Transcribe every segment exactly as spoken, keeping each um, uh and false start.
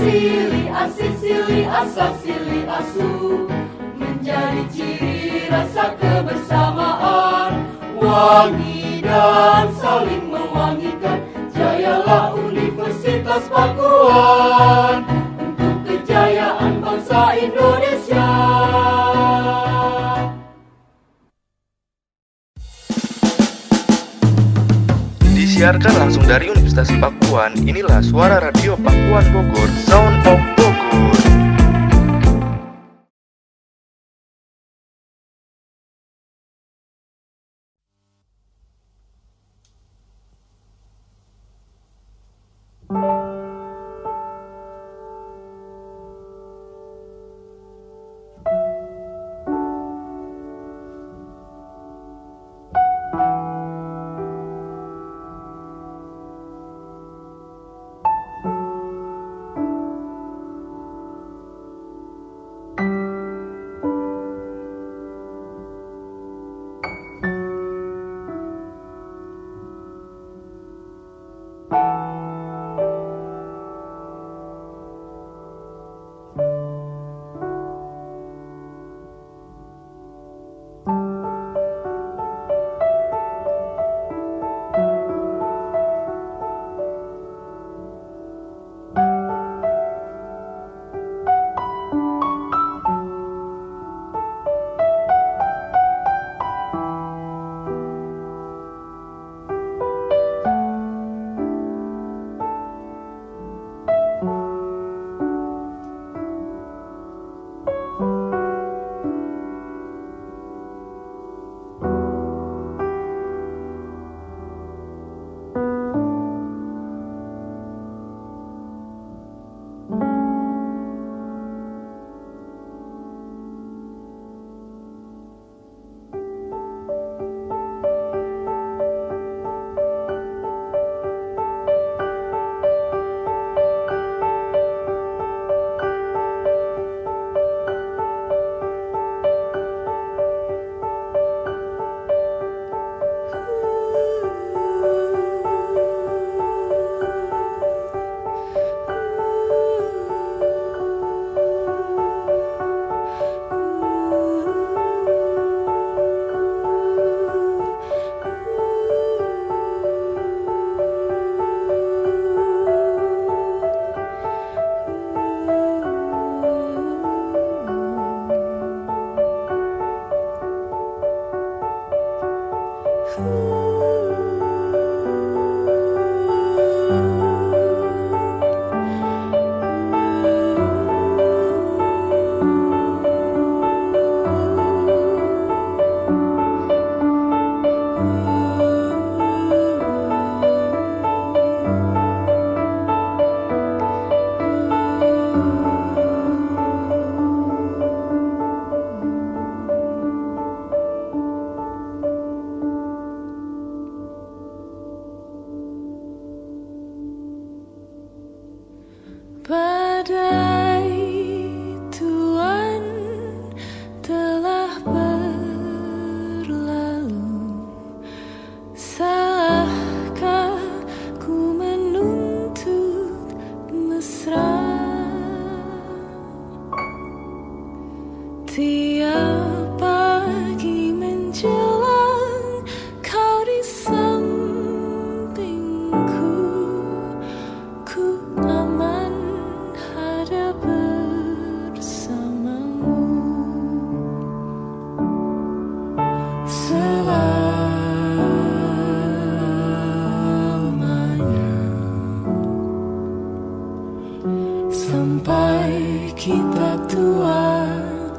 Asili, asisili, asasili, asu menjadi ciri rasa kebersamaan, wangi dan saling mewangikan. Jayalah Universitas Pakuan untuk kejayaan bangsa Indonesia. Disiarkan langsung dari Universitas Pakuan, inilah suara radio Pakuan Bogor, Sound of Bogor. Badai Tuhan telah berlalu, salahkah ku menuntut mesra? Tiap pagi menjelang kau di sampingku, ku aman ada bersamamu. Selamanya sampai kita tua,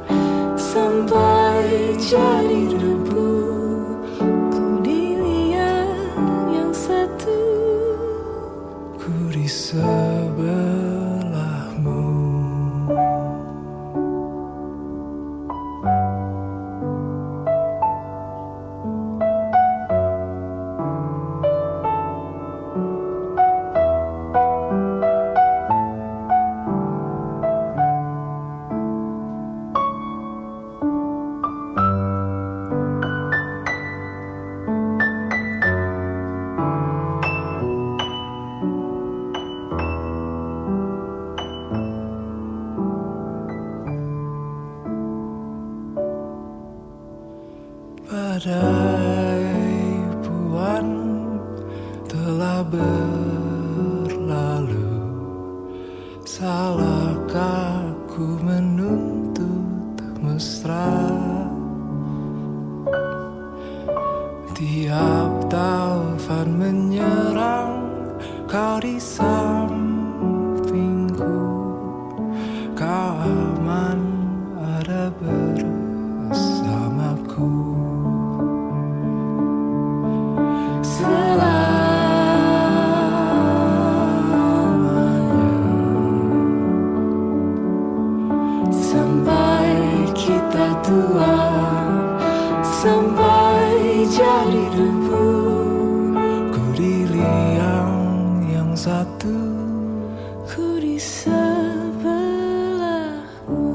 sampai jadi debu, ku dilihat yang satu, ku di sebelahmu. Badai puan telah berlalu. Salahkah ku menuntut mesra? Tiap taufan menyerang, kau di sampingku. Kau aman ada bersamaku. Selamanya, sampai kita tua, sampai jadi debu. Ku di liang yang satu, ku di sebelahmu.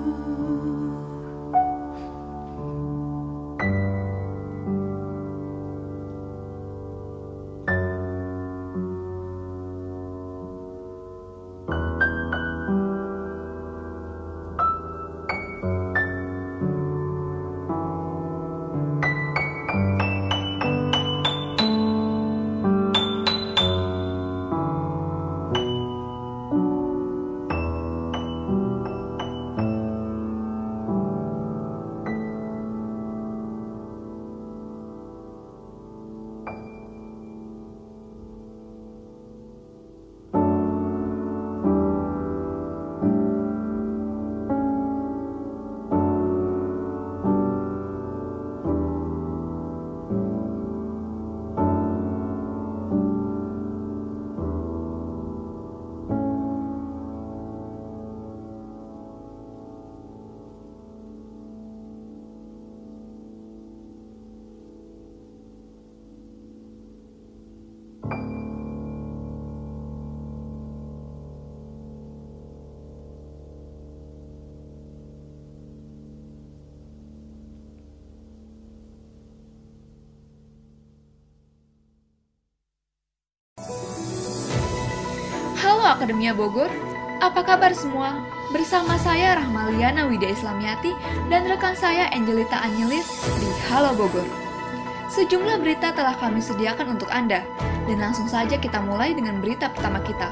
Halo Akademia Bogor, apa kabar semua? Bersama saya Rahmaliana Widya Islamiati dan rekan saya Angelita Anyelir di Halo Bogor. Sejumlah berita telah kami sediakan untuk Anda, dan langsung saja kita mulai dengan berita pertama kita.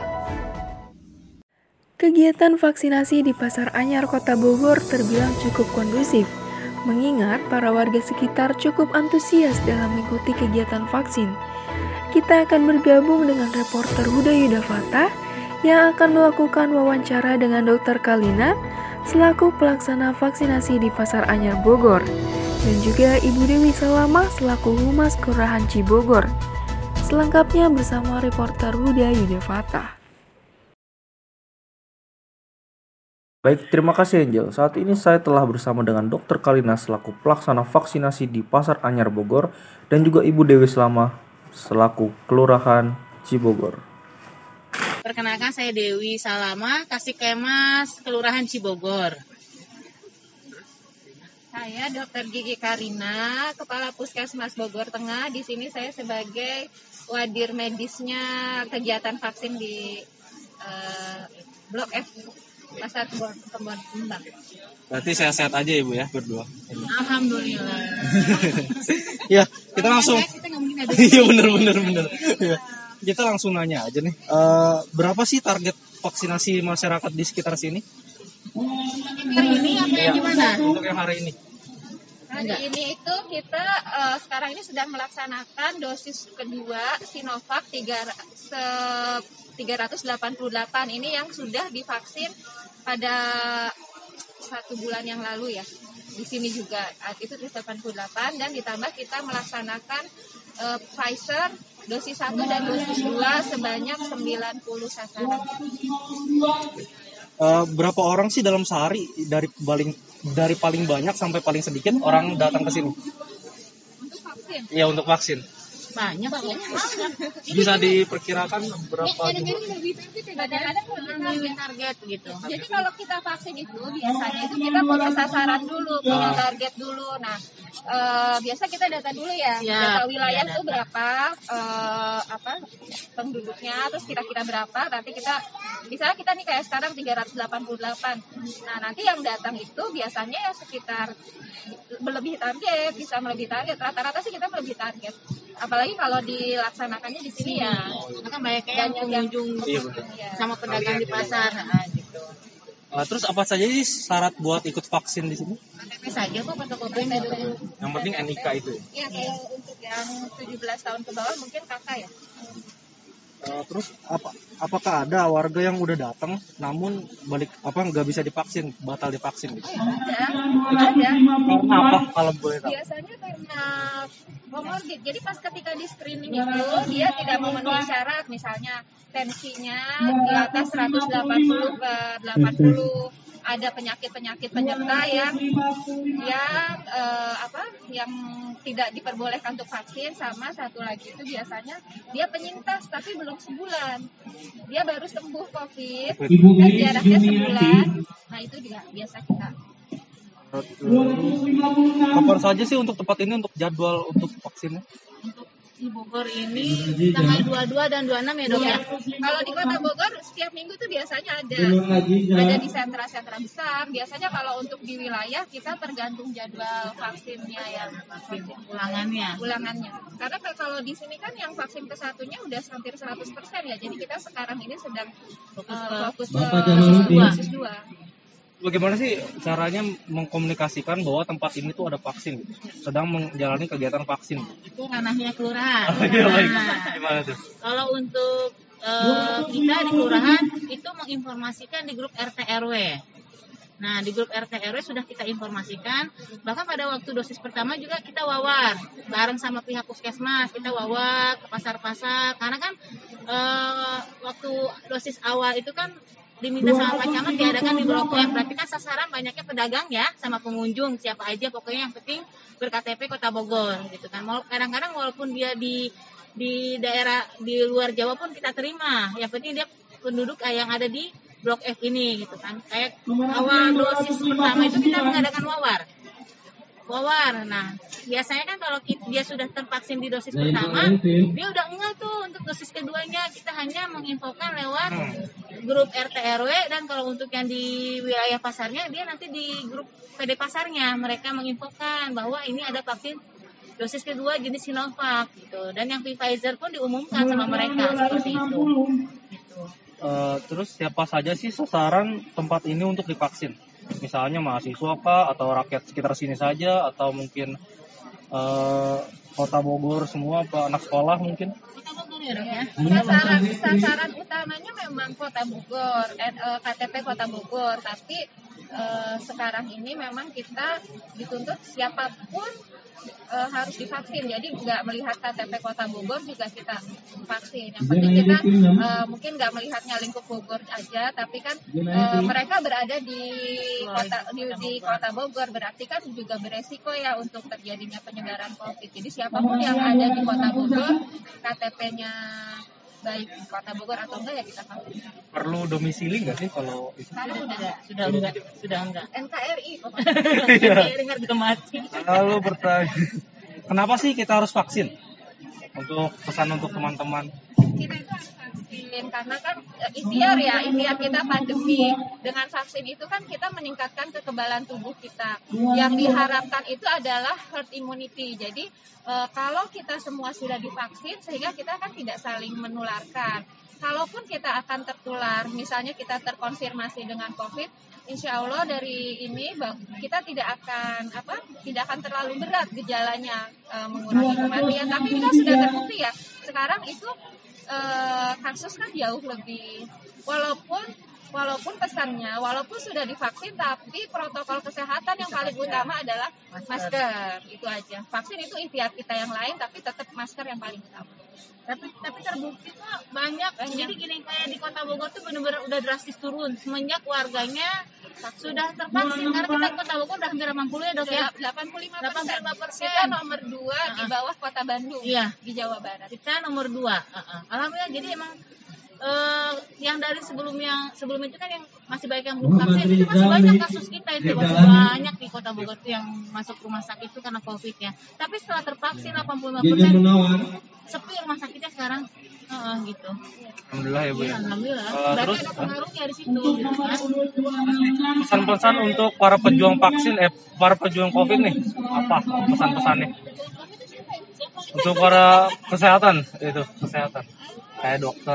Kegiatan vaksinasi di Pasar Anyar Kota Bogor terbilang cukup kondusif, mengingat para warga sekitar cukup antusias dalam mengikuti kegiatan vaksin. Kita akan bergabung dengan reporter Huda Yudafata yang akan melakukan wawancara dengan Dokter Kalina selaku pelaksana vaksinasi di Pasar Anyar Bogor, dan juga Ibu Dewi Salama selaku Humas Kelurahan Cibogor. Selengkapnya bersama reporter Huda Yudafata. Baik, terima kasih Angel. Saat ini saya telah bersama dengan Dokter Kalina selaku pelaksana vaksinasi di Pasar Anyar Bogor dan juga Ibu Dewi Salama selaku Kelurahan Cibogor. Perkenalkan, saya Dewi Salama, Kasikemas Kelurahan Cibogor. Saya Dokter Gigi Karina, Kepala Puskesmas Bogor Tengah. Di sini saya sebagai wadir medisnya kegiatan vaksin di uh, Blok F Pasar Kebon Kembang. Berarti sehat-sehat aja Ibu ya berdua. Alhamdulillah. Ya, kita langsung. Kita nggak mungkin ada. Iya benar benar benar. Ya. Kita langsung nanya aja nih. Uh, berapa sih target vaksinasi masyarakat di sekitar sini? Hari ini apa yang gimana? Untuk yang hari ini. Hari ini itu kita uh, sekarang ini sedang melaksanakan dosis kedua Sinovac tiga ratus delapan puluh delapan ini yang sudah divaksin pada satu bulan yang lalu ya. Di sini juga itu delapan puluh delapan dan ditambah kita melaksanakan uh, Pfizer dosis satu dan dosis dua sebanyak sembilan puluh sasaran. Uh, berapa orang sih dalam sehari dari paling dari paling banyak sampai paling sedikit orang datang ke sini? Untuk vaksin? Iya, untuk vaksin. Banyak sih. Bisa diperkirakan berapa jumlah? Kadang-kadang Lebih target gitu. Jadi kalau kita vaksin itu biasanya itu kita punya sasaran dulu, punya target dulu. Nah, eh, biasa kita data dulu ya, Ya, data wilayah ya, itu data. berapa, eh, apa penduduknya, terus kira-kira berapa. Nanti kita, misalnya kita nih kayak sekarang tiga ratus delapan puluh delapan. Nah, nanti yang datang itu biasanya ya sekitar melebihi target, bisa melebihi target. Rata-rata sih kita melebihi target. Apalagi kalau dilaksanakannya di sini ya. Karena kan banyak yang pengunjung Iya, betul. Ya. sama pedagang di pasar, nah, gitu. Uh, terus apa saja sih syarat buat ikut vaksin di sini? K T P saja kok fotokopinya dulu. Yang penting N I K itu. Ya, kalau untuk yang tujuh belas tahun ke bawah mungkin kakak ya. Uh, terus apa apakah ada warga yang udah datang namun balik apa nggak bisa divaksin, batal divaksin gitu? Ada, ada. Karena apa kalau boleh tahu? Biasanya karena komorbid. Jadi pas ketika di screening itu dia tidak memenuhi syarat, misalnya tensinya di atas seratus delapan puluh per delapan puluh, ada penyakit-penyakit penyerta yang yang eh, apa yang tidak diperbolehkan untuk vaksin, sama satu lagi itu biasanya dia penyintas tapi belum sebulan, dia baru sembuh COVID dan jaraknya sebulan. Nah itu juga biasa kita. Kapan saja sih untuk tempat ini untuk jadwal untuk vaksinnya? Untuk di Bogor ini tanggal dua puluh dua dan dua puluh enam ya dok ya? Kalau di Kota Bogor setiap minggu tuh biasanya ada ada di sentra-sentra besar. Biasanya kalau untuk di wilayah kita tergantung jadwal vaksinnya ya, vaksin Ulangannya. ulangannya. Karena kalau di sini kan yang vaksin ke satunya udah hampir seratus persen ya. Jadi kita sekarang ini sedang Fokus eh, ke fokus ke dosis dua. dosis dua. Bagaimana sih caranya mengkomunikasikan bahwa tempat ini tuh ada vaksin, gitu? Sedang menjalani kegiatan vaksin? Itu ranahnya kelurahan. Oh, iya, baik. Nah, Gimana tuh? kalau untuk eh, kita di kelurahan itu menginformasikan di grup R T R W. Nah, di grup R T R W sudah kita informasikan. Bahkan pada waktu dosis pertama juga kita wawar bareng sama pihak puskesmas. Kita wawar ke pasar-pasar. Karena kan eh, waktu dosis awal itu kan diminta sama Pak Camat diadakan di Blok F. Berarti kan sasaran banyaknya pedagang ya, sama pengunjung siapa aja, pokoknya yang penting ber-K T P Kota Bogor gitu kan. Kadang-kadang walaupun dia di di daerah di luar Jawa pun kita terima. Yang penting dia penduduk yang ada di Blok F ini gitu kan. Kayak awal dosis pertama itu kita mengadakan wawar. Wawar. Nah, biasanya kan kalau kita, dia sudah tervaksin di dosis pertama, dia udah enggak tuh untuk dosis keduanya. Kita hanya menginfokan lewat grup R T R W, dan kalau untuk yang di wilayah pasarnya, dia nanti di grup P D pasarnya mereka menginfokan bahwa ini ada vaksin dosis kedua jenis Sinovac gitu. Dan yang Pfizer pun diumumkan sama mereka seperti itu. Gitu. Uh, terus siapa saja sih sasaran tempat ini untuk divaksin? Misalnya mahasiswa kah, atau rakyat sekitar sini saja, atau mungkin uh, Kota Bogor semua, apa anak sekolah mungkin? Kota Bogor ya dok ya? Sasaran sasaran utamanya memang Kota Bogor, eh, eh, K T P Kota Bogor, tapi eh, sekarang ini memang kita dituntut siapapun eh, harus divaksin. Jadi nggak melihat K T P Kota Bogor juga kita vaksin. Yang penting kita eh, mungkin nggak melihatnya lingkup Bogor aja, tapi kan eh, mereka berada di kota di, di Kota Bogor, berarti kan juga beresiko ya untuk terjadinya penyebaran COVID. Jadi siapapun yang ada di Kota Bogor, K T P-nya baik di Kota Bogor atau enggak ya kita vaksin. Perlu domisili nggak sih kalau itu? Sekarang udah Sudah enggak, sudah enggak. N K R I Kayak dengar udah mati. Lalu bertanya, kenapa sih kita harus vaksin? Untuk pesan untuk teman-teman. kita itu harus vaksin karena kan eh, ikhtiar ya, ikhtiar kita pandemi. Dengan vaksin itu kan kita meningkatkan kekebalan tubuh kita. Yang diharapkan itu adalah herd immunity. Jadi eh, kalau kita semua sudah divaksin sehingga kita kan tidak saling menularkan. Kalaupun kita akan tertular, misalnya kita terkonfirmasi dengan COVID, insya Allah dari ini kita tidak akan apa, tidak akan terlalu berat gejalanya, e, mengurangi kematian. Tapi kita sudah terbukti ya, sekarang itu e, kasus kan jauh lebih, walaupun walaupun pesannya, walaupun sudah divaksin, tapi protokol kesehatan yang paling utama adalah masker, itu aja. Vaksin itu ikhtiar kita yang lain, tapi tetap masker yang paling utama. Tapi tapi terbukti kok banyak. Jadi gini, kayak di Kota Bogor tuh benar-benar udah drastis turun semenjak warganya sudah tervaksin karena kita Kota Bogor udah hampir delapan puluh ya dok ya. delapan puluh lima delapan puluh lima persen. Kita nomor dua di bawah Kota Bandung. Iya. Di Jawa Barat. Kita nomor dua. Uh-uh. Alhamdulillah. Jadi emang uh, yang dari sebelum yang sebelum itu kan yang masih banyak yang belum vaksin itu masih banyak kasus kita itu masih banyak di Kota Bogor itu yang masuk rumah sakit itu karena COVID ya. Tapi setelah tervaksin delapan puluh lima persen sepi rumah sakitnya sekarang. Uh, gitu. Alhamdulillah ya Bu ya. Alhamdulillah. Uh, Berarti terus ada pengaruhnya di situ. Gitu, kan? pesan-pesan untuk para pejuang vaksin, eh para pejuang COVID nih, apa pesan-pesannya? Untuk para kesehatan itu kesehatan, kayak dokter.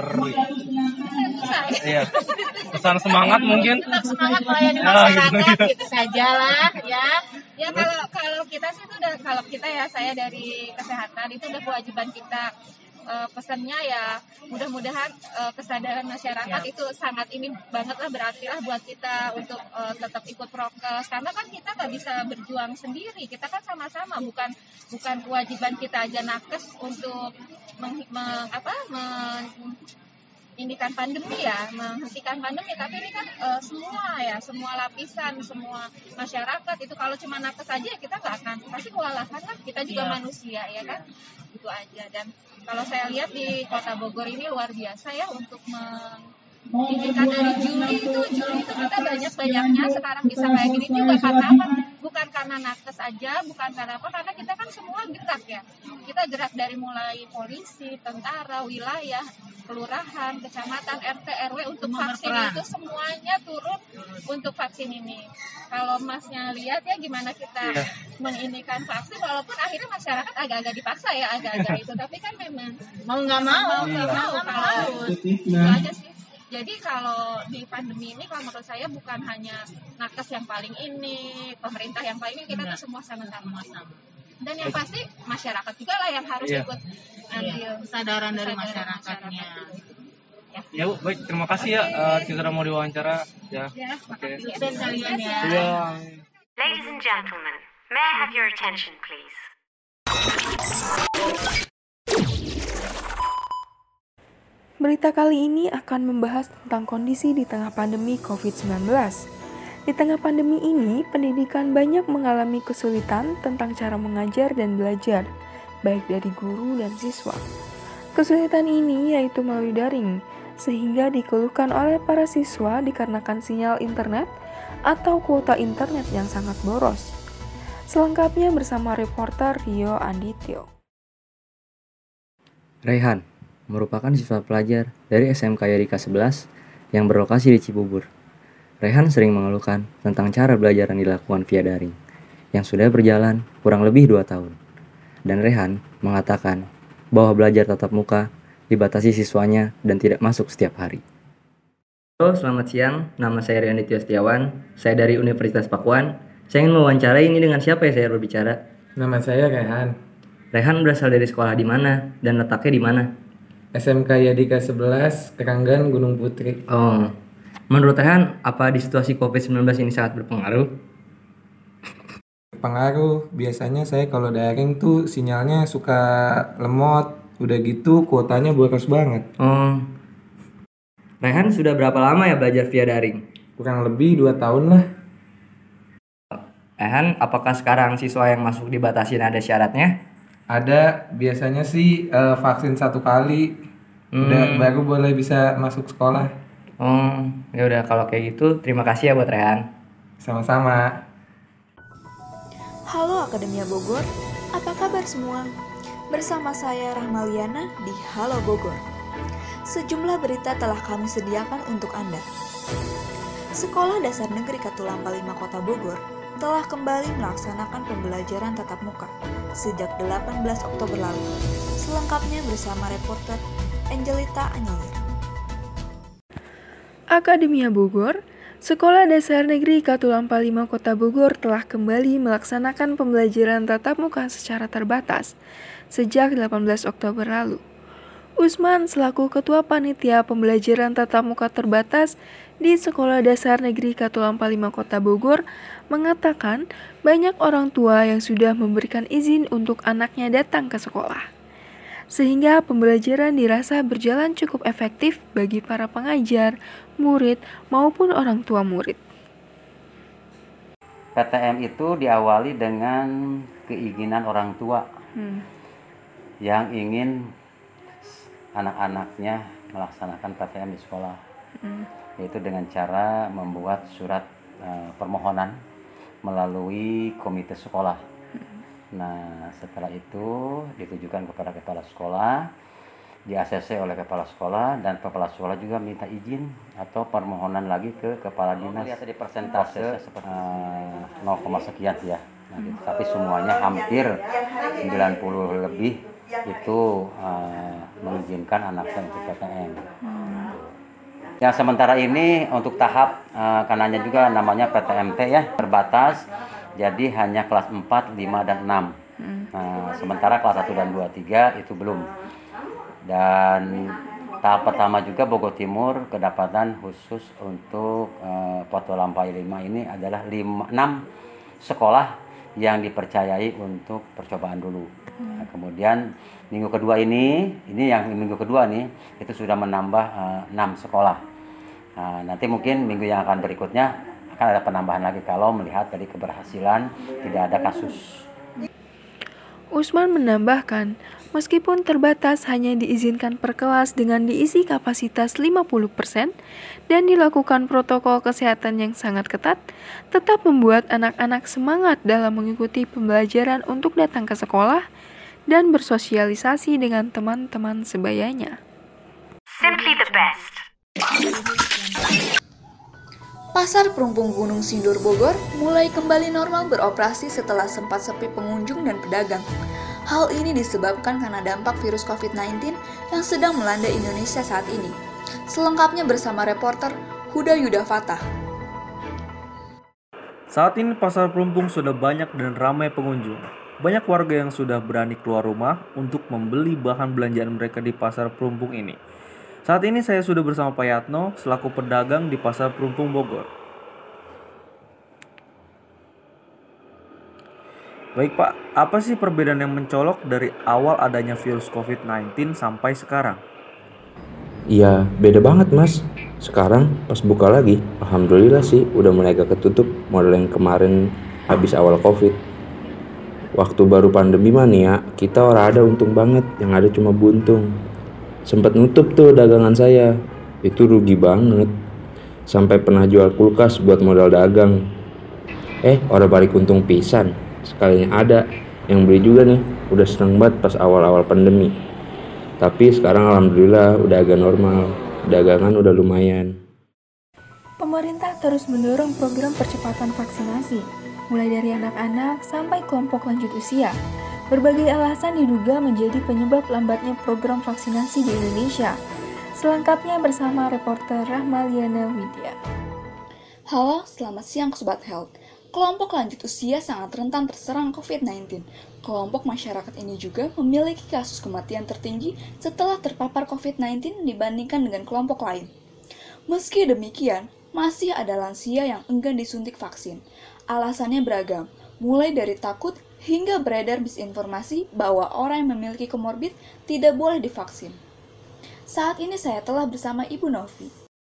Iya. Pesan semangat mungkin. Tetap semangat melayani Ya, masyarakat gitu, gitu. gitu sajalah ya. Ya kalau kalau kita sih itu udah kalau kita ya saya dari kesehatan itu udah kewajiban kita. Uh, pesannya ya mudah-mudahan uh, kesadaran masyarakat Ya. itu sangat ini banget lah berarti lah buat kita untuk uh, tetap ikut prokes karena kan kita nggak bisa berjuang sendiri, kita kan sama-sama, bukan bukan kewajiban kita aja nakes untuk meng, meng, apa meng, indikan pandemi ya, menghentikan pandemi, tapi ini kan uh, semua ya, semua lapisan, semua masyarakat itu kalau cuma nakes aja ya kita nggak akan, pasti kewalahan lah, kita juga Ya. manusia ya kan, itu aja. Dan kalau saya lihat di Kota Bogor ini luar biasa ya untuk mengizinkan dari Juli itu, Juli itu kita banyak-banyaknya sekarang bisa kayak gini juga karena apa? Bukan karena nakes aja, bukan karena apa, karena kita kan semua gerak ya. Kita gerak dari mulai polisi, tentara, wilayah, kelurahan, kecamatan, R T, R W untuk Semua vaksin berperan. itu semuanya turun untuk vaksin ini. Kalau masnya lihat ya gimana kita Iya. menginikan vaksin, walaupun akhirnya masyarakat agak-agak dipaksa ya, agak-agak itu, tapi kan memang Mau nggak mau, mau nggak mau mau nggak kalau mau. itu aja sih. Jadi kalau di pandemi ini kalau menurut saya bukan hanya nakes yang paling ini, pemerintah yang paling ini, kita Enggak. tuh semua sama-sama. Sama-sama. Dan yang pasti masyarakat juga lah yang harus Iya. ikut ambil Iya, kesadaran dari kesadaran masyarakatnya. Ya Bu, baik, terima kasih ya. Uh, kita udah mau diwawancara. Ya. Ya, Oke. Sukses kalian ya. Iya. Ladies and gentlemen, may I have your attention, please? Berita kali ini akan membahas tentang kondisi di tengah pandemi covid sembilan belas. Di tengah pandemi ini, pendidikan banyak mengalami kesulitan tentang cara mengajar dan belajar, baik dari guru dan siswa. Kesulitan ini yaitu melalui daring, sehingga dikeluhkan oleh para siswa dikarenakan sinyal internet atau kuota internet yang sangat boros. Selengkapnya bersama reporter Rio Andityo. Raihan merupakan siswa pelajar dari S M K Yadika sebelas yang berlokasi di Cibubur. Raihan sering mengeluhkan tentang cara belajar yang dilakukan via daring, yang sudah berjalan kurang lebih dua tahun. Dan Raihan mengatakan bahwa belajar tatap muka dibatasi siswanya dan tidak masuk setiap hari. Halo, selamat siang. Nama saya Rian Dityo Setiawan. Saya dari Universitas Pakuan. Saya ingin mewawancarai ini dengan siapa ya saya berbicara? Nama saya Rehan. Rehan berasal dari sekolah di mana dan letaknya di mana? S M K Yadika sebelas, Keranggan, Gunung Putri. Oh, menurut Rehan, apa di situasi covid sembilan belas ini sangat berpengaruh? Pengaruh, biasanya saya kalau daring tuh sinyalnya suka lemot, udah gitu kuotanya boros banget. Oh, Rehan sudah berapa lama ya belajar via daring? Kurang lebih dua tahun lah. Rehan, apakah sekarang siswa yang masuk dibatasin ada syaratnya? Ada, biasanya sih eh, vaksin satu kali, udah Hmm. baru boleh bisa masuk sekolah. Oh, ya udah kalau kayak gitu, terima kasih ya buat Rehan. Sama-sama. Halo Akademia Bogor, apa kabar semua? Bersama saya Rahmaliana di Halo Bogor. Sejumlah berita telah kami sediakan untuk Anda. Sekolah Dasar Negeri Katulampa lima Kota Bogor telah kembali melaksanakan pembelajaran tatap muka sejak delapan belas Oktober lalu. Selengkapnya bersama reporter Angelita Anyelir. Akademia Bogor, Sekolah Dasar Negeri Katulampa lima Kota Bogor telah kembali melaksanakan pembelajaran tatap muka secara terbatas sejak delapan belas Oktober lalu. Usman selaku Ketua Panitia Pembelajaran Tatap Muka Terbatas di Sekolah Dasar Negeri Katulampa lima Kota Bogor mengatakan banyak orang tua yang sudah memberikan izin untuk anaknya datang ke sekolah. Sehingga pembelajaran dirasa berjalan cukup efektif bagi para pengajar, murid, maupun orang tua murid. T M itu diawali dengan keinginan orang tua hmm. yang ingin anak-anaknya melaksanakan P T M di sekolah, hmm. yaitu dengan cara membuat surat uh, permohonan melalui komite sekolah. Hmm. Nah, setelah itu ditujukan kepada kepala sekolah, di A C C oleh kepala sekolah, dan kepala sekolah juga minta izin atau permohonan lagi ke kepala dinas. Lihat di persentase uh, nol, sekian ya. Nah, gitu. Tapi semuanya hampir sembilan puluh lebih itu uh, mengizinkan anaknya untuk P T M. Hmm. Yang sementara ini untuk tahap uh, kanannya juga namanya P T M T ya, terbatas. Jadi hanya kelas empat, lima, dan enam. Hmm. Nah, sementara kelas satu dan dua, tiga itu belum. Dan tahap pertama juga Bogor Timur kedapatan khusus untuk uh, Poto Lampai lima ini adalah lima, enam sekolah yang dipercayai untuk percobaan dulu. Nah, kemudian minggu kedua ini, ini yang minggu kedua nih, itu sudah menambah uh, enam sekolah. Nah, nanti mungkin minggu yang akan berikutnya akan ada penambahan lagi kalau melihat dari keberhasilan tidak ada kasus. Usman menambahkan, meskipun terbatas hanya diizinkan per kelas dengan diisi kapasitas lima puluh persen dan dilakukan protokol kesehatan yang sangat ketat, tetap membuat anak-anak semangat dalam mengikuti pembelajaran untuk datang ke sekolah dan bersosialisasi dengan teman-teman sebayanya. Simply the best. Pasar Perumpung Gunung Sindur Bogor mulai kembali normal beroperasi setelah sempat sepi pengunjung dan pedagang. Hal ini disebabkan karena dampak virus covid sembilan belas yang sedang melanda Indonesia saat ini. Selengkapnya bersama reporter Huda Yudafata. Saat ini Pasar Perumpung sudah banyak dan ramai pengunjung. Banyak warga yang sudah berani keluar rumah untuk membeli bahan belanjaan mereka di Pasar Perumpung ini. Saat ini saya sudah bersama Pak Yatno selaku pedagang di Pasar Perumpung Bogor. Baik Pak, apa sih perbedaan yang mencolok dari awal adanya virus covid sembilan belas sampai sekarang? Iya, beda banget Mas. Sekarang pas buka lagi, alhamdulillah sih udah mulai agak ketutup model yang kemarin habis awal covid. Waktu baru pandemi mania, kita orang ada untung banget, yang ada cuma buntung. Sempet nutup tuh dagangan saya, itu rugi banget. Sampai pernah jual kulkas buat modal dagang. Eh, orang balik untung pisan. Sekalinya ada yang beli juga nih, udah seneng banget pas awal-awal pandemi. Tapi sekarang alhamdulillah udah agak normal, dagangan udah lumayan. Pemerintah terus mendorong program percepatan vaksinasi, mulai dari anak-anak sampai kelompok lanjut usia. Berbagai alasan diduga menjadi penyebab lambatnya program vaksinasi di Indonesia. Selengkapnya bersama reporter Rahmaliana Widya. Halo, selamat siang Sobat Health. Kelompok lanjut usia sangat rentan terserang covid sembilan belas. Kelompok masyarakat ini juga memiliki kasus kematian tertinggi setelah terpapar covid sembilan belas dibandingkan dengan kelompok lain. Meski demikian, masih ada lansia yang enggan disuntik vaksin. Alasannya beragam, mulai dari takut hingga beredar misinformasi bahwa orang yang memiliki komorbid tidak boleh divaksin. Saat ini saya telah bersama Ibu Novi.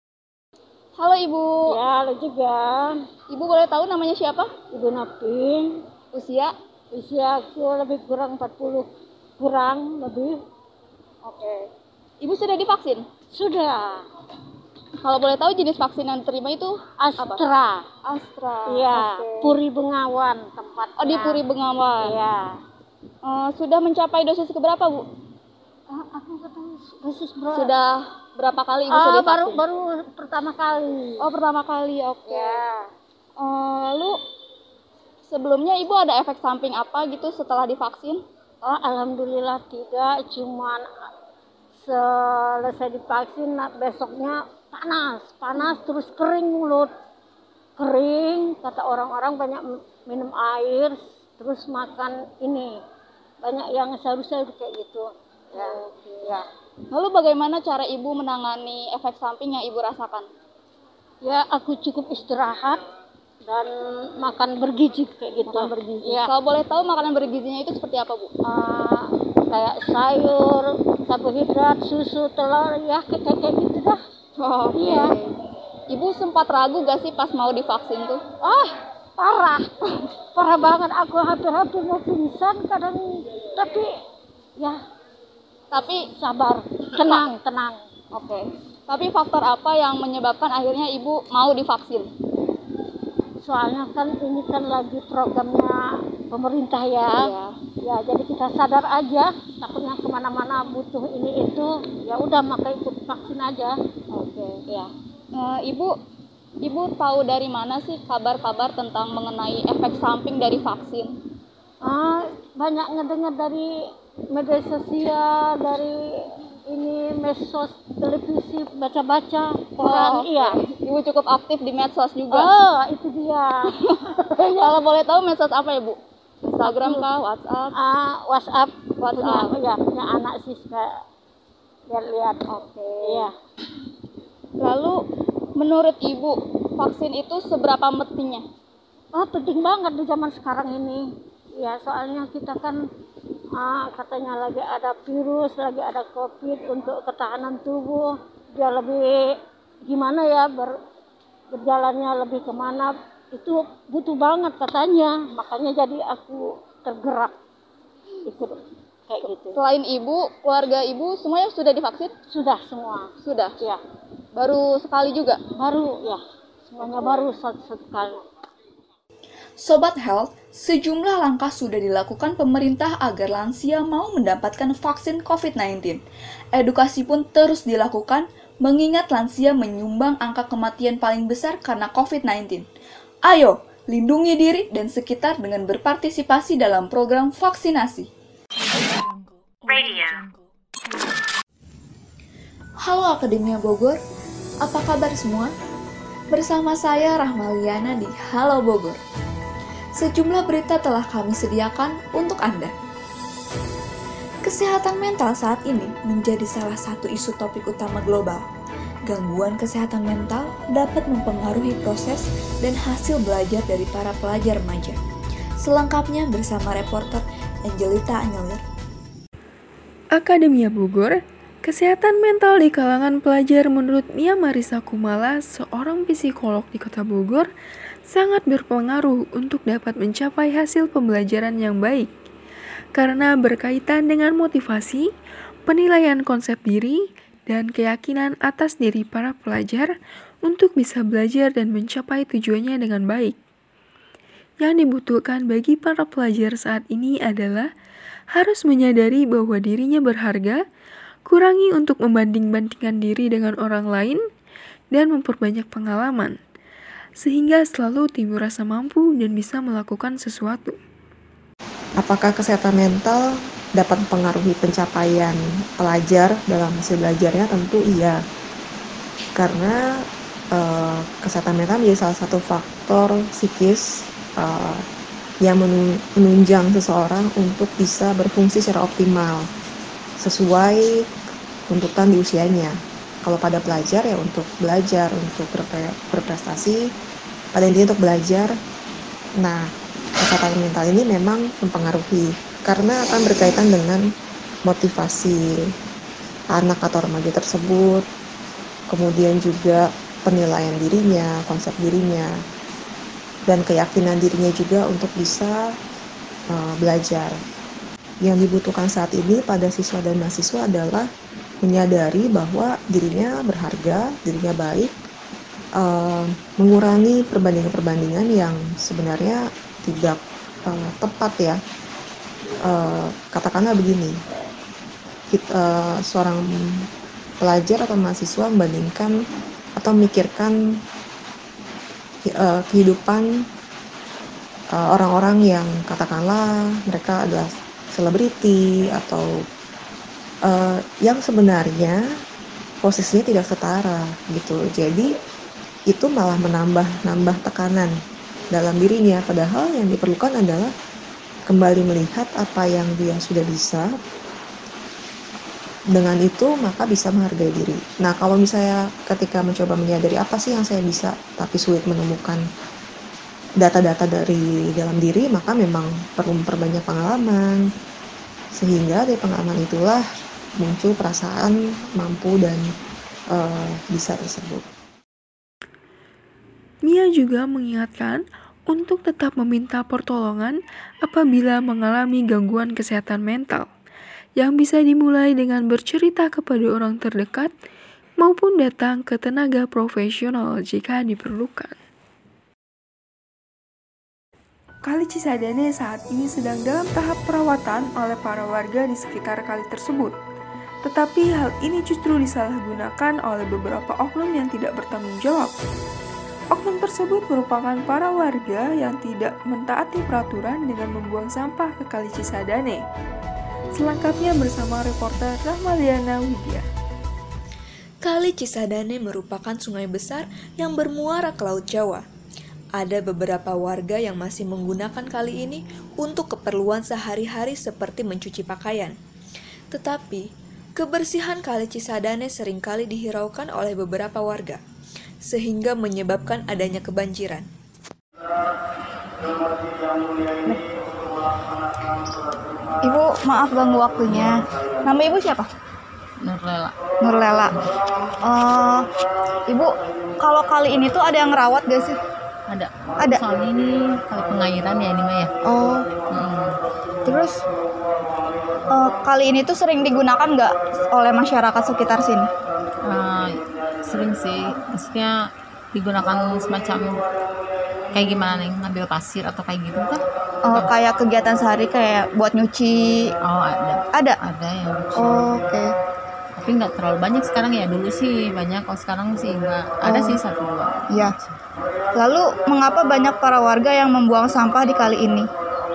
Halo Ibu. Ya, halo juga. Ibu boleh tahu namanya siapa? Ibu Novi. Usia? Usia aku lebih kurang empat puluh. Kurang lebih. Oke. Ibu sudah divaksin? Sudah. Kalau boleh tahu jenis vaksin yang diterima itu Astra. Apa? Astra. Iya, okay. Puri Bengawan tempatnya. Oh, di Puri Bengawan. Iya. Uh, sudah mencapai dosis keberapa, Bu? Uh, aku ketemu dosis berapa? Sudah berapa kali Ibu uh, sudah baru divaksin? baru pertama kali. Oh, pertama kali. Oke. Okay. Ya. Uh, lalu sebelumnya Ibu ada efek samping apa gitu setelah divaksin? Oh, alhamdulillah tidak, cuman selesai divaksin besoknya panas, panas terus kering mulut, kering. Kata orang-orang banyak minum air, terus makan ini, banyak yang sayur-sayur kayak gitu. Ya, ya. Lalu bagaimana cara Ibu menangani efek samping yang Ibu rasakan? Ya, aku cukup istirahat dan makan bergizi kayak gitu. Makan bergizi. Ya. Kalau boleh tahu makanan bergizinya itu seperti apa, Bu? Uh, kayak sayur, karbohidrat, susu, telur, ya kayak kayak gitu dah. Oh, iya. Ibu sempat ragu gak sih pas mau divaksin tuh? Ah, parah, parah banget. Aku hampir-hampir mau pingsan kadang, tapi ya, Tapi sabar, tenang, tenang. oke. Tapi faktor apa yang menyebabkan akhirnya Ibu mau divaksin? Soalnya kan ini kan lagi programnya pemerintah ya. Iya. Ya, jadi kita sadar aja, takutnya kemana-mana butuh ini itu, ya udah maka ikut vaksin aja. Oke, ya. Eh, Ibu, Ibu tahu dari mana sih kabar-kabar tentang mengenai efek samping dari vaksin? Ah, banyak ngedengar dari media sosial, dari ini medsos, televisi, baca-baca koran. Oh, Iya. Ibu cukup aktif di medsos juga. Oh, itu dia. Kalau boleh tahu medsos apa ya, Bu? Instagram kah, WhatsApp? Ah, WhatsApp. WhatsApp. Punya, ya, punya anak sih suka lihat-lihat. Oke. Iya. Lalu menurut Ibu, vaksin itu seberapa pentingnya? Oh, penting banget di zaman sekarang ini. Ya, soalnya kita kan ah, katanya lagi ada virus, lagi ada COVID untuk ketahanan tubuh. Dia lebih gimana ya ber, berjalannya lebih kemana, itu butuh banget katanya. Makanya jadi aku tergerak ikut kayak gitu. Selain Ibu, keluarga Ibu semuanya sudah divaksin? Sudah semua. Sudah? Ya. Baru sekali juga? Baru, ya. Semuanya baru satu, satu kali. Sobat Health, sejumlah langkah sudah dilakukan pemerintah agar lansia mau mendapatkan vaksin covid sembilan belas. Edukasi pun terus dilakukan, mengingat lansia menyumbang angka kematian paling besar karena covid sembilan belas. Ayo, lindungi diri dan sekitar dengan berpartisipasi dalam program vaksinasi. Radio. Halo Akademia Bogor, apa kabar semua? Bersama saya Rahmaliana di Halo Bogor. Sejumlah berita telah kami sediakan untuk Anda. Kesehatan mental saat ini menjadi salah satu isu topik utama global. Gangguan kesehatan mental dapat mempengaruhi proses dan hasil belajar dari para pelajar remaja. Selengkapnya bersama reporter Angelita Anyelir. Akademia Bogor, kesehatan mental di kalangan pelajar menurut Mia Marisa Kumala, seorang psikolog di Kota Bogor, sangat berpengaruh untuk dapat mencapai hasil pembelajaran yang baik, karena berkaitan dengan motivasi, penilaian konsep diri, dan keyakinan atas diri para pelajar untuk bisa belajar dan mencapai tujuannya dengan baik. Yang dibutuhkan bagi para pelajar saat ini adalah harus menyadari bahwa dirinya berharga, kurangi untuk membanding-bandingkan diri dengan orang lain, dan memperbanyak pengalaman, sehingga selalu timbul rasa mampu dan bisa melakukan sesuatu. Apakah kesehatan mental dapat mempengaruhi pencapaian pelajar dalam hasil belajarnya? Tentu iya, karena uh, kesehatan mental menjadi salah satu faktor psikis uh, yang menunjang seseorang untuk bisa berfungsi secara optimal sesuai tuntutan di usianya. Kalau pada pelajar ya untuk belajar, untuk berprestasi, pada intinya untuk belajar. Nah, kesehatan mental ini memang mempengaruhi karena akan berkaitan dengan motivasi anak atau remaja tersebut, kemudian juga penilaian dirinya, konsep dirinya, dan keyakinan dirinya juga untuk bisa uh, belajar. Yang dibutuhkan saat ini pada siswa dan mahasiswa adalah menyadari bahwa dirinya berharga, dirinya baik, uh, mengurangi perbandingan-perbandingan yang sebenarnya tidak uh, tepat ya. Uh, katakanlah begini, kita, uh, seorang pelajar atau mahasiswa membandingkan atau memikirkan uh, kehidupan uh, orang-orang yang katakanlah mereka adalah selebriti atau uh, yang sebenarnya posisinya tidak setara gitu. Jadi itu malah menambah-nambah tekanan dalam dirinya, padahal yang diperlukan adalah kembali melihat apa yang dia sudah bisa. Dengan itu maka bisa menghargai diri. Nah, kalau misalnya ketika mencoba menyadari apa sih yang saya bisa tapi sulit menemukan data-data dari dalam diri, maka memang perlu memperbanyak pengalaman, sehingga dari pengalaman itulah muncul perasaan mampu dan uh, bisa tersebut. Mia juga mengingatkan untuk tetap meminta pertolongan apabila mengalami gangguan kesehatan mental, yang bisa dimulai dengan bercerita kepada orang terdekat maupun datang ke tenaga profesional jika diperlukan. Kali Cisadane saat ini sedang dalam tahap perawatan oleh para warga di sekitar kali tersebut. Tetapi hal ini justru disalahgunakan oleh beberapa oknum yang tidak bertanggung jawab. Oknum tersebut merupakan para warga yang tidak mentaati peraturan dengan membuang sampah ke Kali Cisadane. Selengkapnya bersama reporter Rahmaliana Widya. Kali Cisadane merupakan sungai besar yang bermuara ke Laut Jawa. Ada beberapa warga yang masih menggunakan kali ini untuk keperluan sehari-hari seperti mencuci pakaian. Tetapi, kebersihan Kali Cisadane seringkali dihiraukan oleh beberapa warga, sehingga menyebabkan adanya kebanjiran. Ibu, maaf ganggu waktunya. Nama Ibu siapa? Nurlela. Nurlela. Uh, Ibu, kalau kali ini tuh ada yang ngerawat gak sih? Ada. Ada. Soalnya ini kali pengairan ya ini mah ya. Oh. Hmm. Terus uh, kali ini tuh sering digunakan nggak oleh masyarakat sekitar sini? Uh, sering sih. Maksudnya digunakan semacam kayak gimana nih, ngambil pasir atau kayak gitu kan? Oh, kayak kegiatan sehari kayak buat nyuci. Oh, ada. Ada. Ada yang nyuci. Oh, oke. Okay. Tapi nggak terlalu banyak sekarang ya. Dulu sih banyak, kalau sekarang sih nggak. Ada Oh. sih satu dua. Iya. Lalu mengapa banyak para warga yang membuang sampah di kali ini?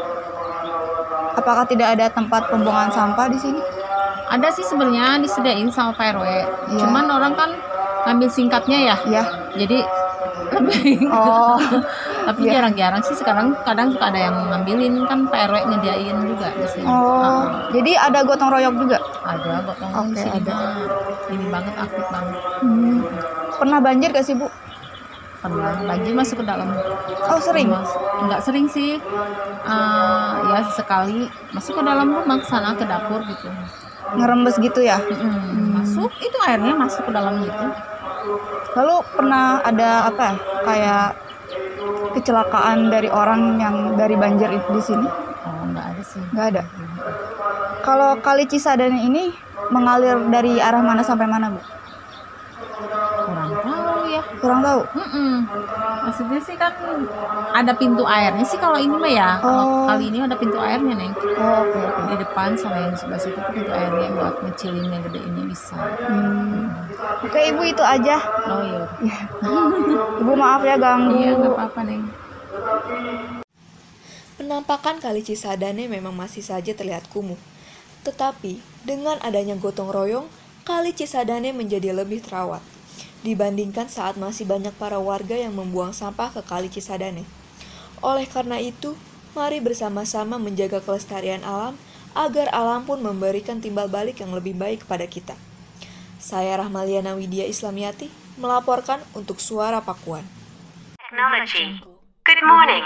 Apakah tidak ada tempat pembuangan sampah di sini? Ada sih sebenarnya disediain sama Pak R W. Iya. Cuman orang kan ngambil singkatnya ya. Iya. Jadi lebih. Oh. Tapi Iya. jarang-jarang sih sekarang, kadang suka ada yang ngambilin, kan Pak R W nyediain juga di sini. Oh. Uh, Jadi ada gotong royong juga? ada gotong royong Oke, di sini ada. mah. Ini banget, aktif banget. Hmm. Pernah banjir gak sih, Bu? Pernah banjir masuk ke dalam. Oh, sering? Mas, enggak sering sih. Uh, ya sekali masuk ke dalam rumah, ke sana ke dapur gitu. Ngerembes gitu ya? Mm-mm. Hmm. Masuk, itu airnya masuk ke dalam gitu. Lalu pernah ada apa ya, kayak kecelakaan dari orang yang dari banjir itu di sini? Oh, enggak ada sih. Enggak ada. Kalau Kali Cisadane ini mengalir dari arah mana sampai mana, Bu? Kurang tahu ya. Kurang tahu. Mm-mm. Maksudnya sih kan ada pintu airnya sih kalau ini mah ya. Kalau Oh. kali ini ada pintu airnya, Neng. Oh, oke oke. Di depan sama yang sebelah situ tuh pintu airnya buat ngecilin yang gede ini bisa. Hmm. Oke, Ibu itu aja. Oh iya. Ibu maaf ya ganggu. Iya, nggak apa-apa, Neng. Penampakan Kali Cisadane memang masih saja terlihat kumuh. Tetapi, dengan adanya gotong royong, Kali Cisadane menjadi lebih terawat dibandingkan saat masih banyak para warga yang membuang sampah ke Kali Cisadane. Oleh karena itu, mari bersama-sama menjaga kelestarian alam agar alam pun memberikan timbal balik yang lebih baik pada kita. Saya Rahmaliana Widya Islamiyati melaporkan untuk Suara Pakuan. Technology. Good morning.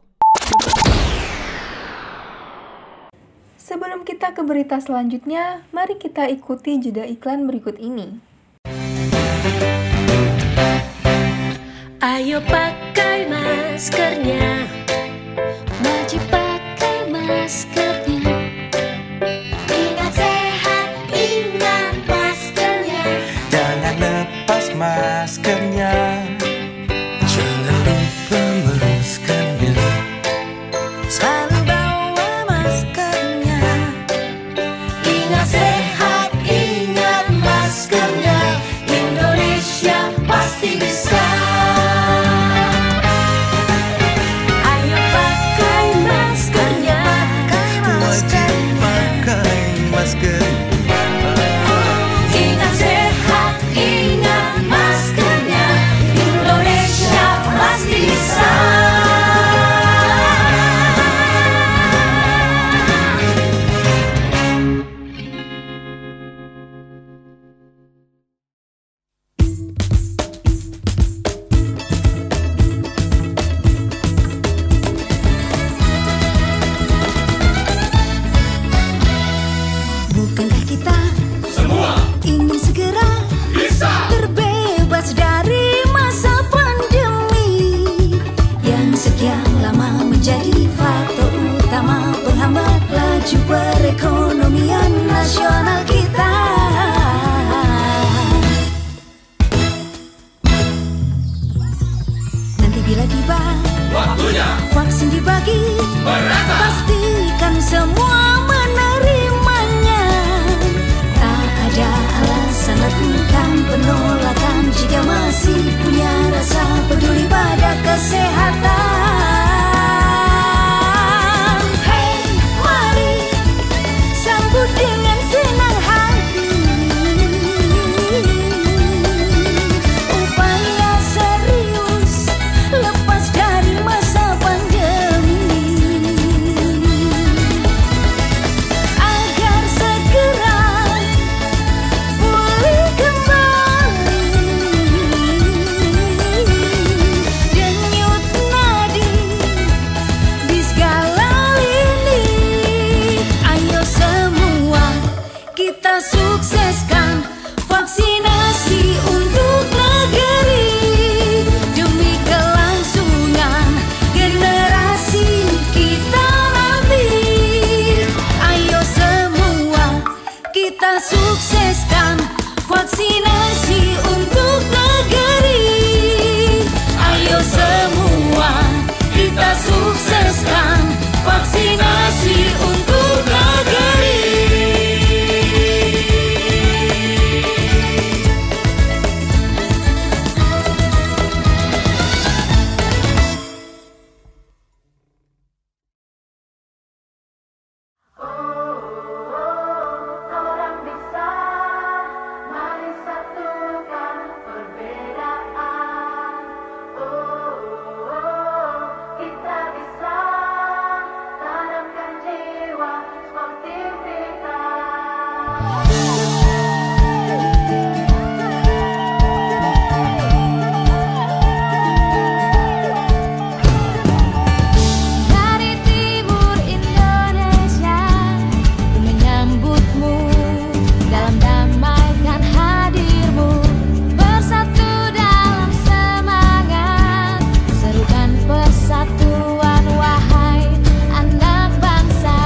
Sebelum kita ke berita selanjutnya, mari kita ikuti jeda iklan berikut ini. Ayo pakai maskernya, wajib pakai maskernya. Ingat sehat, ingat maskernya. Jangan lepas maskernya. Jangan lupa maskernya. Selalu bawa maskernya. Ingat sehat, ingat maskernya. Indonesia pasti bisa. Bila tiba waktunya vaksin dibagi, merata. Pastikan semua menerimanya. Tak ada alasan lakukan penolakan jika masih punya rasa peduli pada kesehatan. Hey, mari sambut dengan senang hati upaya serius lepas dari masa pandemi, agar segera pulih kembali, denyut nadi di segala lini. Ayo semua kita sukseskan vaksinasi untuk negeri demi kelangsungan generasi kita nanti. Ayo semua kita sukseskan vaksinasi untuk negeri. Ayo semua kita sukseskan vaksinasi untuk negeri. Orang bisa, mari satukan perbedaan. Oh, oh, kita bisa tanamkan jiwa sportivitas. Dari timur Indonesia ku menyambutmu, dalam damai kan hadirmu, bersatu dalam semangat, serukan persatuan wahai anak bangsa.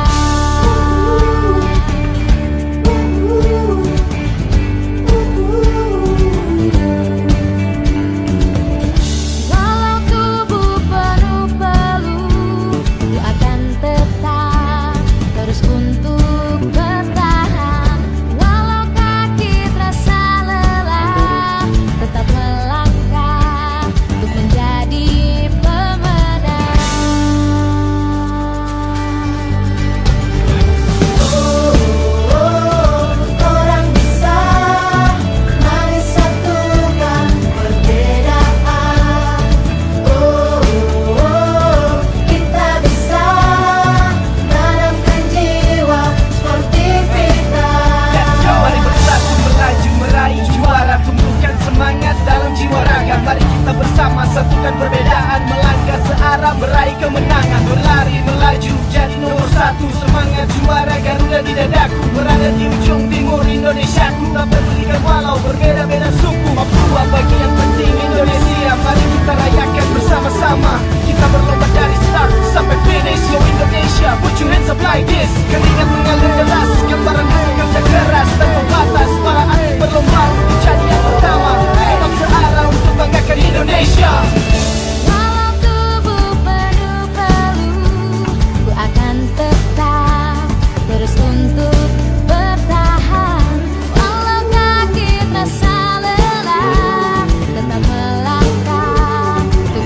Walau tubuh penuh peluh, ku akan tetap terus untuk bertahan. Walau kaki terasa lelah, tetap melangkah untuk menjadi pemenang. Orang bisa, mari satukan perbedaan. Oh, oh, kita bisa tanamkan jiwa sportivitas. Let's go, mari bersatu melaju meraih juara, tumbuhkan semangat dalam jiwa raga. Mari kita bersama satukan perbedaan, melangkah searah meraih kemenangan. Berlari melaju jadi nomor satu, semangat juara Garuda di dadaku. Berada di ujung timur Indonesia, ku tak pedulikan walau berbeda-beda suku. Papua bagian penting Indonesia, mari kita rayakan bersama-sama. Kita berlomba dari start sampai finish. Yo Indonesia, put your hands up like this. Keringat mengalir deras, gambaran hasil kerja keras tanpa batas. Para atlet berlomba untuk jadi yang pertama, tetap searah untuk banggakan Indonesia. Walau tubuh penuh peluh, ku akan tetap terus untuk bertahan. Walau kaki terasa lelah, tetap melangkah untuk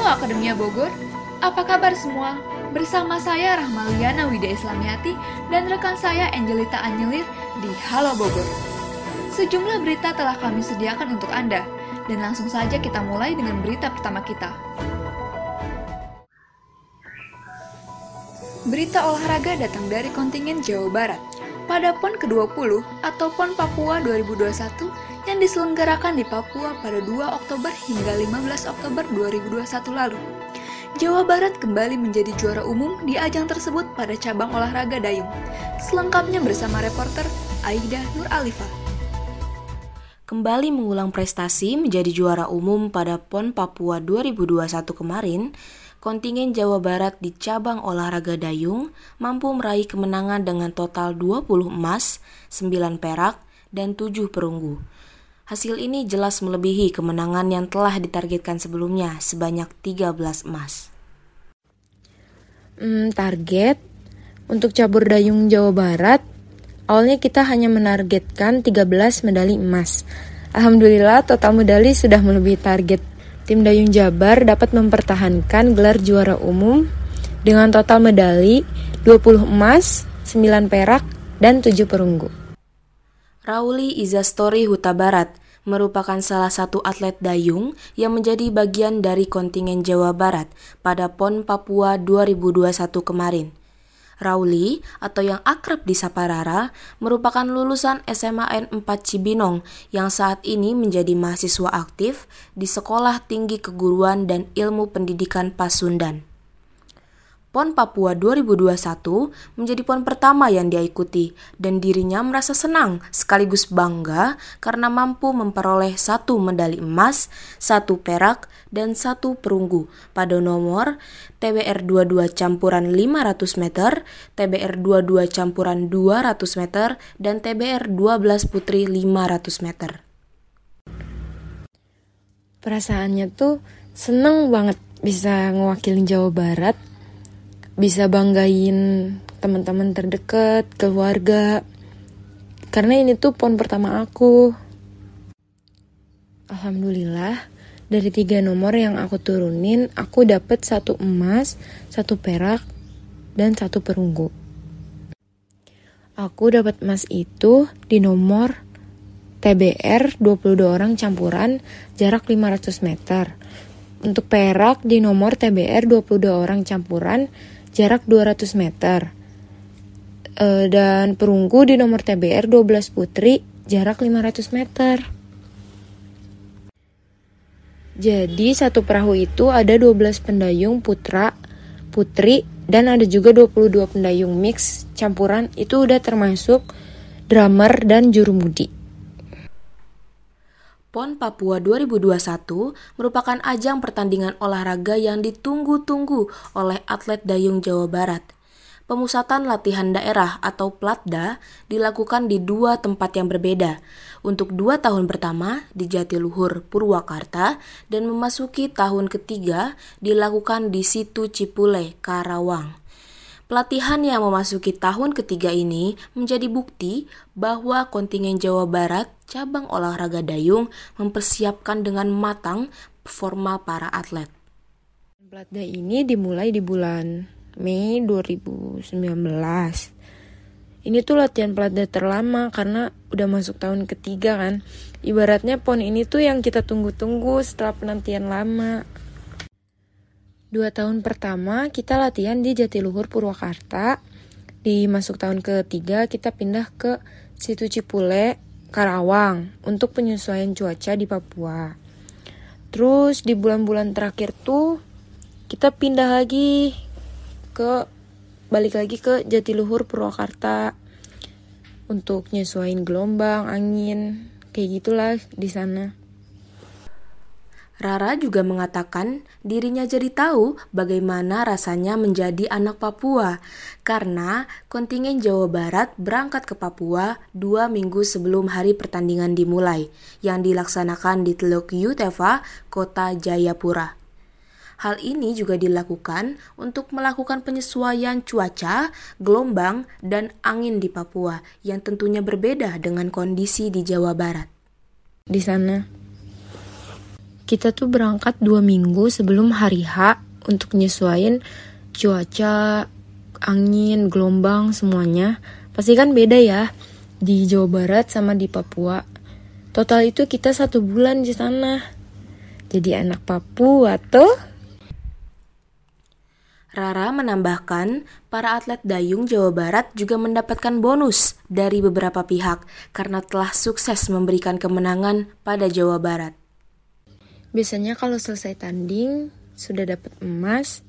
Akademia Bogor, apa kabar semua? Bersama saya Rahmaliana Widya Islamiati dan rekan saya Angelita Anyelir di Halo Bogor. Sejumlah berita telah kami sediakan untuk Anda, dan langsung saja kita mulai dengan berita pertama kita. Berita olahraga datang dari kontingen Jawa Barat. Pada P O N ke dua puluh atau P O N Papua dua ribu dua puluh satu yang diselenggarakan di Papua pada dua Oktober hingga lima belas Oktober dua ribu dua puluh satu lalu, Jawa Barat kembali menjadi juara umum di ajang tersebut pada cabang olahraga dayung. Selengkapnya bersama reporter Aida Nur Alifa. Kembali mengulang prestasi menjadi juara umum pada P O N Papua dua ribu dua puluh satu kemarin, kontingen Jawa Barat di cabang olahraga dayung mampu meraih kemenangan dengan total dua puluh emas, sembilan perak, dan tujuh perunggu. Hasil ini jelas melebihi kemenangan yang telah ditargetkan sebelumnya sebanyak tiga belas emas. Hmm, target untuk cabur dayung Jawa Barat, awalnya kita hanya menargetkan tiga belas medali emas. Alhamdulillah total medali sudah melebihi target. Tim Dayung Jabar dapat mempertahankan gelar juara umum dengan total medali dua puluh emas, sembilan perak, dan tujuh perunggu. Rauli Izastori Huta Barat merupakan salah satu atlet dayung yang menjadi bagian dari kontingen Jawa Barat pada P O N Papua dua ribu dua puluh satu kemarin. Rauli, atau yang akrab disapa Rara, merupakan lulusan S M A N empat Cibinong yang saat ini menjadi mahasiswa aktif di Sekolah Tinggi Keguruan dan Ilmu Pendidikan Pasundan. P O N Papua dua ribu dua puluh satu menjadi P O N pertama yang dia ikuti dan dirinya merasa senang sekaligus bangga karena mampu memperoleh satu medali emas, satu perak, dan satu perunggu pada nomor T B R dua puluh dua campuran lima ratus meter, T B R dua puluh dua campuran dua ratus meter, dan T B R dua belas putri lima ratus meter. Perasaannya tuh seneng banget bisa ngewakilin Jawa Barat, bisa banggain teman-teman terdekat, keluarga. Karena ini tuh P O N pertama aku. Alhamdulillah, dari tiga nomor yang aku turunin, aku dapet satu emas, satu perak, dan satu perunggu. Aku dapat emas itu di nomor T B R dua puluh dua orang campuran jarak lima ratus meter. Untuk perak di nomor T B R dua puluh dua orang campuran jarak dua ratus meter. E, dan perunggu di nomor T B R dua belas putri jarak lima ratus meter. Jadi satu perahu itu ada dua belas pendayung putra, putri, dan ada juga dua puluh dua pendayung mix campuran, itu udah termasuk drummer dan jurumudi. P O N Papua dua ribu dua puluh satu merupakan ajang pertandingan olahraga yang ditunggu-tunggu oleh atlet dayung Jawa Barat. Pemusatan latihan daerah atau Platda dilakukan di dua tempat yang berbeda. Untuk dua tahun pertama di Jatiluhur, Purwakarta, dan memasuki tahun ketiga dilakukan di Situ Cipule, Karawang. Pelatihan yang memasuki tahun ketiga ini menjadi bukti bahwa kontingen Jawa Barat cabang olahraga dayung mempersiapkan dengan matang performa para atlet. Platda ini dimulai di bulan Mei dua ribu sembilan belas. Ini tuh latihan Platda terlama karena udah masuk tahun ketiga kan. Ibaratnya P O N ini tuh yang kita tunggu-tunggu setelah penantian lama. Dua tahun pertama kita latihan di Jatiluhur, Purwakarta. Di masuk tahun ketiga kita pindah ke Situ Cipule, Karawang untuk penyesuaian cuaca di Papua. Terus di bulan-bulan terakhir tuh kita pindah lagi ke balik lagi ke Jatiluhur, Purwakarta untuk nyesuaiin gelombang, angin, kayak gitulah di sana. Rara juga mengatakan dirinya jadi tahu bagaimana rasanya menjadi anak Papua karena kontingen Jawa Barat berangkat ke Papua dua minggu sebelum hari pertandingan dimulai yang dilaksanakan di Teluk Yutefa, Kota Jayapura. Hal ini juga dilakukan untuk melakukan penyesuaian cuaca, gelombang, dan angin di Papua yang tentunya berbeda dengan kondisi di Jawa Barat. Di sana kita tuh berangkat dua minggu sebelum hari H untuk nyesuaiin cuaca, angin, gelombang, semuanya. Pasti kan beda ya di Jawa Barat sama di Papua. Total itu kita satu bulan di sana. Jadi anak Papua tuh. Rara menambahkan, para atlet dayung Jawa Barat juga mendapatkan bonus dari beberapa pihak karena telah sukses memberikan kemenangan pada Jawa Barat. Biasanya kalau selesai tanding, sudah dapat emas,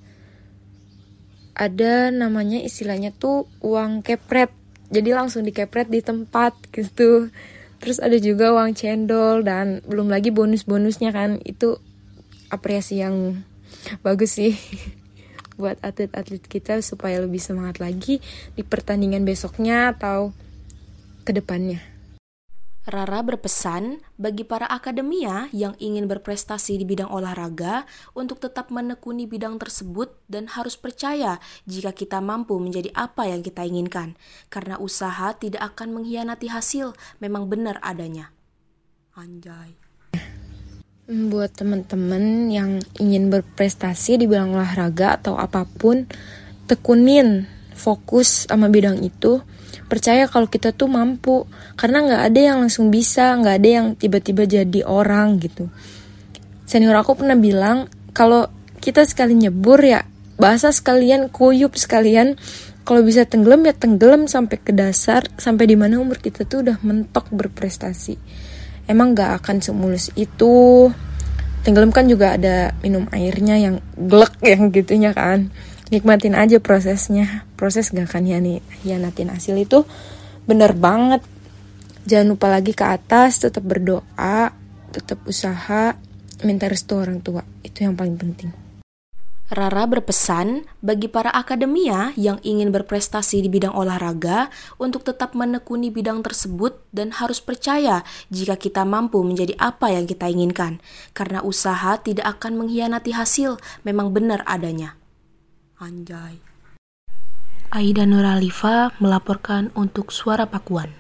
ada namanya istilahnya tuh uang kepret. Jadi langsung dikepret di tempat gitu. Terus ada juga uang cendol dan belum lagi bonus-bonusnya kan. Itu apresiasi yang bagus sih buat atlet-atlet kita supaya lebih semangat lagi di pertandingan besoknya atau ke depannya. Rara berpesan bagi para akademia yang ingin berprestasi di bidang olahraga untuk tetap menekuni bidang tersebut dan harus percaya jika kita mampu menjadi apa yang kita inginkan, karena usaha tidak akan mengkhianati hasil, memang benar adanya. Anjay. Buat teman-teman yang ingin berprestasi di bidang olahraga atau apapun, tekunin, fokus sama bidang itu. Percaya kalau kita tuh mampu, karena nggak ada yang langsung bisa, nggak ada yang tiba-tiba jadi orang gitu. Senior aku pernah bilang kalau kita sekali nyebur ya basah sekalian, kuyup sekalian. Kalau bisa tenggelam ya tenggelam sampai ke dasar, sampai di mana umur kita tuh udah mentok berprestasi. Emang nggak akan semulus itu. Tenggelam kan juga ada minum airnya yang glek yang gitunya kan. Nikmatin aja prosesnya. Proses gak akan hianatin hasil itu bener banget. Jangan lupa lagi ke atas, tetap berdoa, tetap usaha, minta restu orang tua. Itu yang paling penting. Rara berpesan bagi para akademia yang ingin berprestasi di bidang olahraga untuk tetap menekuni bidang tersebut dan harus percaya jika kita mampu menjadi apa yang kita inginkan, karena usaha tidak akan mengkhianati hasil, memang benar adanya. Anjay. Aida Nuralifa melaporkan untuk Suara Pakuan.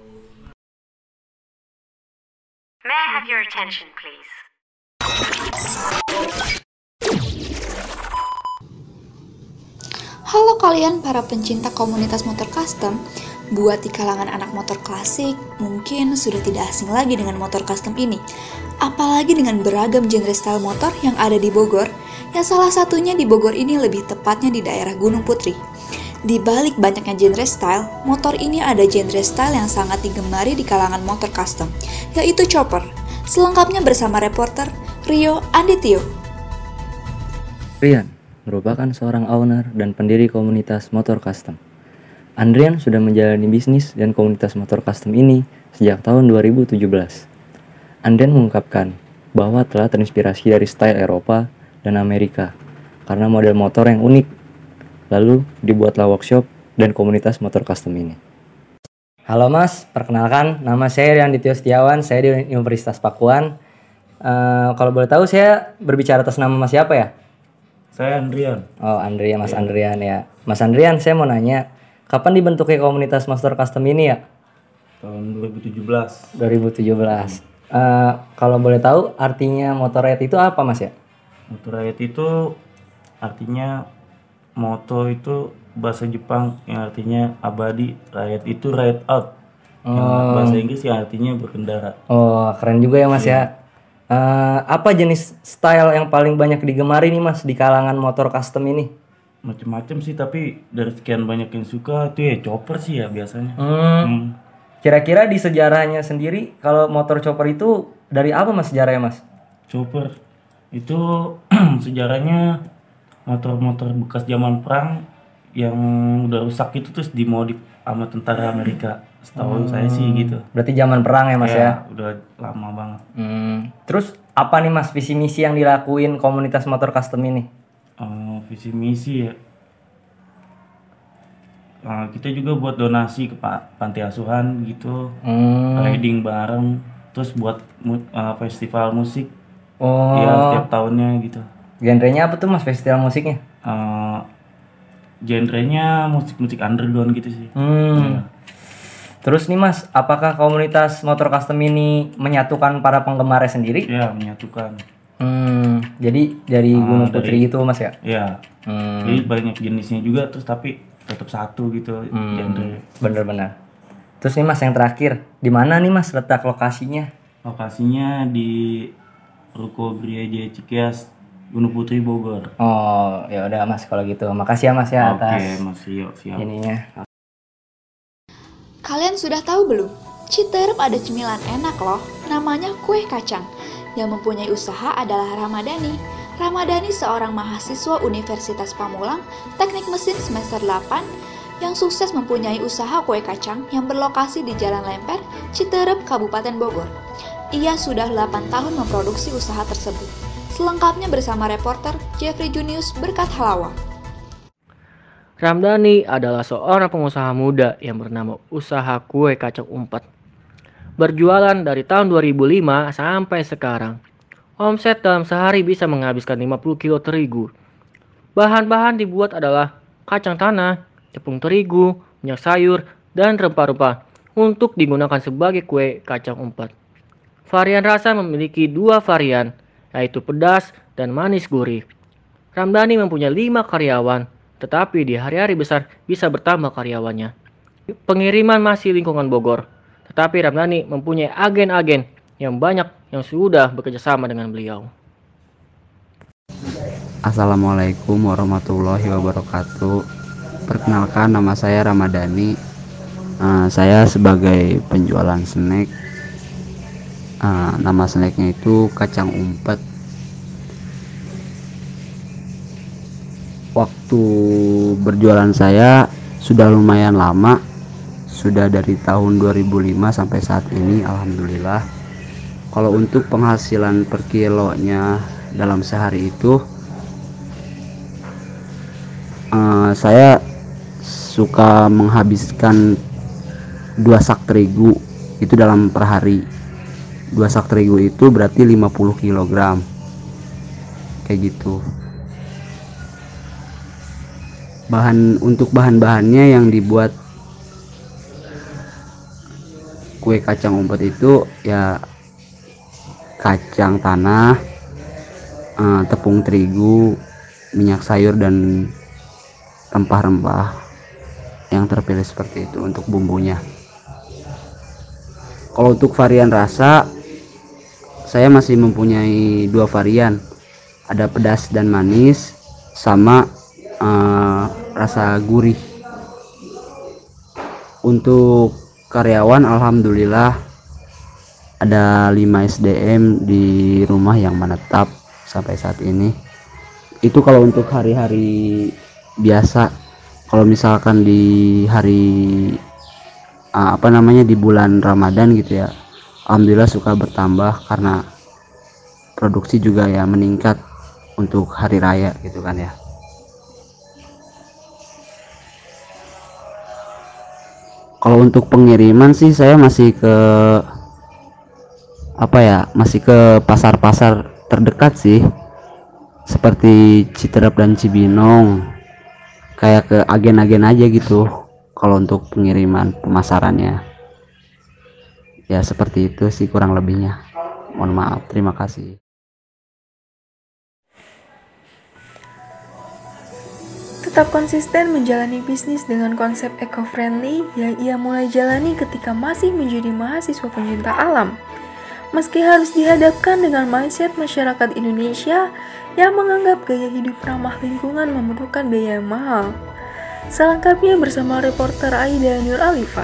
May I have your attention, please? Halo kalian para pencinta komunitas motor custom. Buat di kalangan anak motor klasik, mungkin sudah tidak asing lagi dengan motor custom ini. Apalagi dengan beragam genre style motor yang ada di Bogor, yang salah satunya di Bogor ini lebih tepatnya di daerah Gunung Putri. Di balik banyaknya genre style, motor ini ada genre style yang sangat digemari di kalangan motor custom, yaitu chopper. Selengkapnya bersama reporter Rio Anditio. Rian merupakan seorang owner dan pendiri komunitas motor custom. Andrian sudah menjalani bisnis dan komunitas motor custom ini sejak tahun dua ribu tujuh belas. Andrian mengungkapkan bahwa telah terinspirasi dari style Eropa dan Amerika karena model motor yang unik. Lalu dibuatlah workshop dan komunitas motor custom ini. Halo Mas, perkenalkan nama saya Rian Dityo Setiawan, saya di Universitas Pakuan. Uh, kalau boleh tahu saya berbicara atas nama Mas siapa ya? Saya Andrian. Oh, Andrian, Mas yeah. Andrian ya. Mas Andrian, saya mau nanya, kapan dibentuknya komunitas motor custom ini ya? Tahun dua ribu tujuh belas. dua ribu tujuh belas. Hmm. Uh, kalau boleh tahu artinya motorhead itu apa Mas ya? Motorhead itu artinya moto itu bahasa Jepang yang artinya abadi, riot itu ride out. Oh. Yang bahasa Inggris yang artinya berkendara. Oh, keren juga ya Mas yeah. ya. Uh, apa jenis style yang paling banyak digemari nih Mas di kalangan motor custom ini? Macam-macam sih, tapi dari sekian banyak yang suka itu ya chopper sih ya biasanya. Hmm. Hmm. Kira-kira di sejarahnya sendiri kalau motor chopper itu dari apa Mas sejarahnya Mas? Chopper itu sejarahnya motor-motor bekas zaman perang yang udah rusak itu terus dimodif sama tentara Amerika. Setahu hmm. saya sih gitu. Berarti zaman perang ya Mas ya? Ya? Udah lama banget. Hmm. Terus apa nih Mas visi misi yang dilakuin komunitas motor custom ini? Uh, visi misi ya. Uh, kita juga buat donasi ke panti asuhan gitu. Hmm. Riding bareng. Terus buat uh, festival musik. Oh. Ya setiap tahunnya gitu. Genrenya apa tuh Mas festival musiknya? Uh, genrenya musik-musik underground gitu sih. Hmm. Ya. Terus nih Mas, apakah komunitas motor custom ini menyatukan para penggemarnya sendiri? Ya, menyatukan. Hmm, jadi dari Ah, Gunung dari- Putri itu Mas ya? Iya. Hmm. Jadi banyak jenisnya juga, terus tapi tetap satu gitu Hmm, genre. bener-bener. Terus nih Mas yang terakhir, di mana nih Mas letak lokasinya? Lokasinya di Ruko Gria Jaya Cikias, Gunung Putri, Bogor. Oh, ya udah Mas kalau gitu. Makasih ya Mas ya Oke, atas Mas Rio, siap. ininya. Kalian sudah tahu belum? Citerep ada cemilan enak loh, namanya kue kacang. Yang mempunyai usaha adalah Ramadhani. Ramadhani seorang mahasiswa Universitas Pamulang, Teknik Mesin semester delapan, yang sukses mempunyai usaha kue kacang yang berlokasi di Jalan Lemper, Citerep, Kabupaten Bogor. Ia sudah delapan tahun memproduksi usaha tersebut. Selengkapnya bersama reporter Jeffrey Junius Berkat Halawa. Ramdhani adalah seorang pengusaha muda yang bernama Usaha Kue Kacang Umpat. Berjualan dari tahun dua ribu lima sampai sekarang. Omset dalam sehari bisa menghabiskan lima puluh kilo terigu. Bahan-bahan dibuat adalah kacang tanah, tepung terigu, minyak sayur, dan rempah-rempah untuk digunakan sebagai kue kacang umpat. Varian rasa memiliki dua varian, yaitu pedas dan manis gurih. Ramdhani mempunyai lima karyawan, tetapi di hari-hari besar bisa bertambah karyawannya. Pengiriman masih lingkungan Bogor, tetapi Ramdhani mempunyai agen-agen yang banyak yang sudah bekerja sama dengan beliau. Assalamualaikum warahmatullahi wabarakatuh. Perkenalkan, nama saya Ramadhani. Uh, saya sebagai penjualan snack. Uh, nama snacknya itu kacang umpet. Waktu berjualan saya sudah lumayan lama, sudah dari tahun dua ribu lima sampai saat ini, alhamdulillah. Kalau untuk penghasilan per kilonya dalam sehari itu, uh, saya suka menghabiskan dua sak terigu itu dalam per hari. Dua sak terigu itu berarti lima puluh kilogram, kayak gitu. Bahan untuk bahan-bahannya yang dibuat kue kacang umpet itu ya kacang tanah, uh, tepung terigu, minyak sayur, dan rempah-rempah yang terpilih seperti itu untuk bumbunya. Kalau untuk varian rasa, saya masih mempunyai dua varian, ada pedas dan manis, sama uh, rasa gurih. Untuk karyawan, alhamdulillah ada lima S D M di rumah yang menetap sampai saat ini. Itu kalau untuk hari-hari biasa. Kalau misalkan di hari uh, apa namanya di bulan Ramadan gitu ya, alhamdulillah suka bertambah karena produksi juga ya meningkat untuk hari raya gitu kan ya. Kalau untuk pengiriman sih saya masih ke apa ya masih ke pasar-pasar terdekat sih, seperti Citerep dan Cibinong, kayak ke agen-agen aja gitu. Kalau untuk pengiriman pemasarannya ya seperti itu sih kurang lebihnya. Mohon maaf, terima kasih. Tetap konsisten menjalani bisnis dengan konsep eco-friendly yang ia mulai jalani ketika masih menjadi mahasiswa pencinta alam. Meski harus dihadapkan dengan mindset masyarakat Indonesia yang menganggap gaya hidup ramah lingkungan memerlukan biaya yang mahal. Selengkapnya bersama reporter Aida Nur Alifa.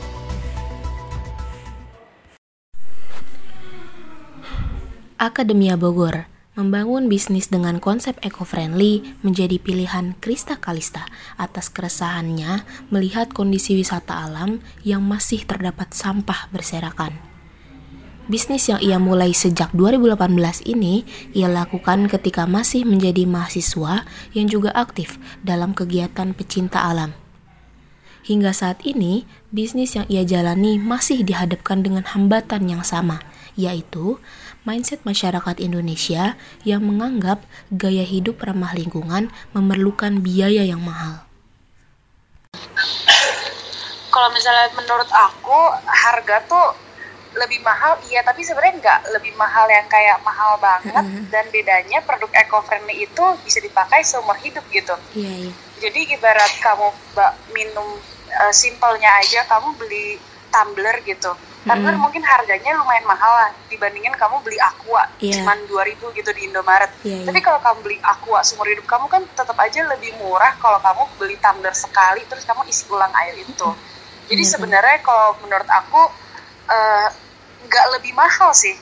Akademia Bogor membangun bisnis dengan konsep eco-friendly menjadi pilihan Krista Kalista atas keresahannya melihat kondisi wisata alam yang masih terdapat sampah berserakan. Bisnis yang ia mulai sejak dua ribu delapan belas ini ia lakukan ketika masih menjadi mahasiswa yang juga aktif dalam kegiatan pecinta alam. Hingga saat ini, bisnis yang ia jalani masih dihadapkan dengan hambatan yang sama, yaitu mindset masyarakat Indonesia yang menganggap gaya hidup ramah lingkungan memerlukan biaya yang mahal. Kalau misalnya menurut aku, harga tuh lebih mahal iya, tapi sebenarnya nggak lebih mahal yang kayak mahal banget. Mm-hmm. Dan bedanya produk eco-friendly itu bisa dipakai seumur hidup gitu. Iya, iya. Jadi ibarat kamu ba- minum uh, simpelnya aja, kamu beli tumbler gitu, tumbler Mm-hmm. mungkin harganya lumayan mahal lah dibandingin kamu beli Aqua Iya. cuman dua ribu gitu di Indomaret. Iya, Tapi iya. kalau kamu beli Aqua seumur hidup kamu kan tetap aja lebih murah kalau kamu beli tumbler sekali terus kamu isi ulang air itu. Jadi Benar, sebenarnya kalau menurut aku eh, nggak lebih mahal sih,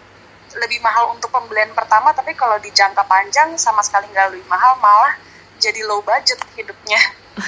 lebih mahal untuk pembelian pertama, tapi kalau di jangka panjang sama sekali nggak lebih mahal, malah jadi low budget hidupnya.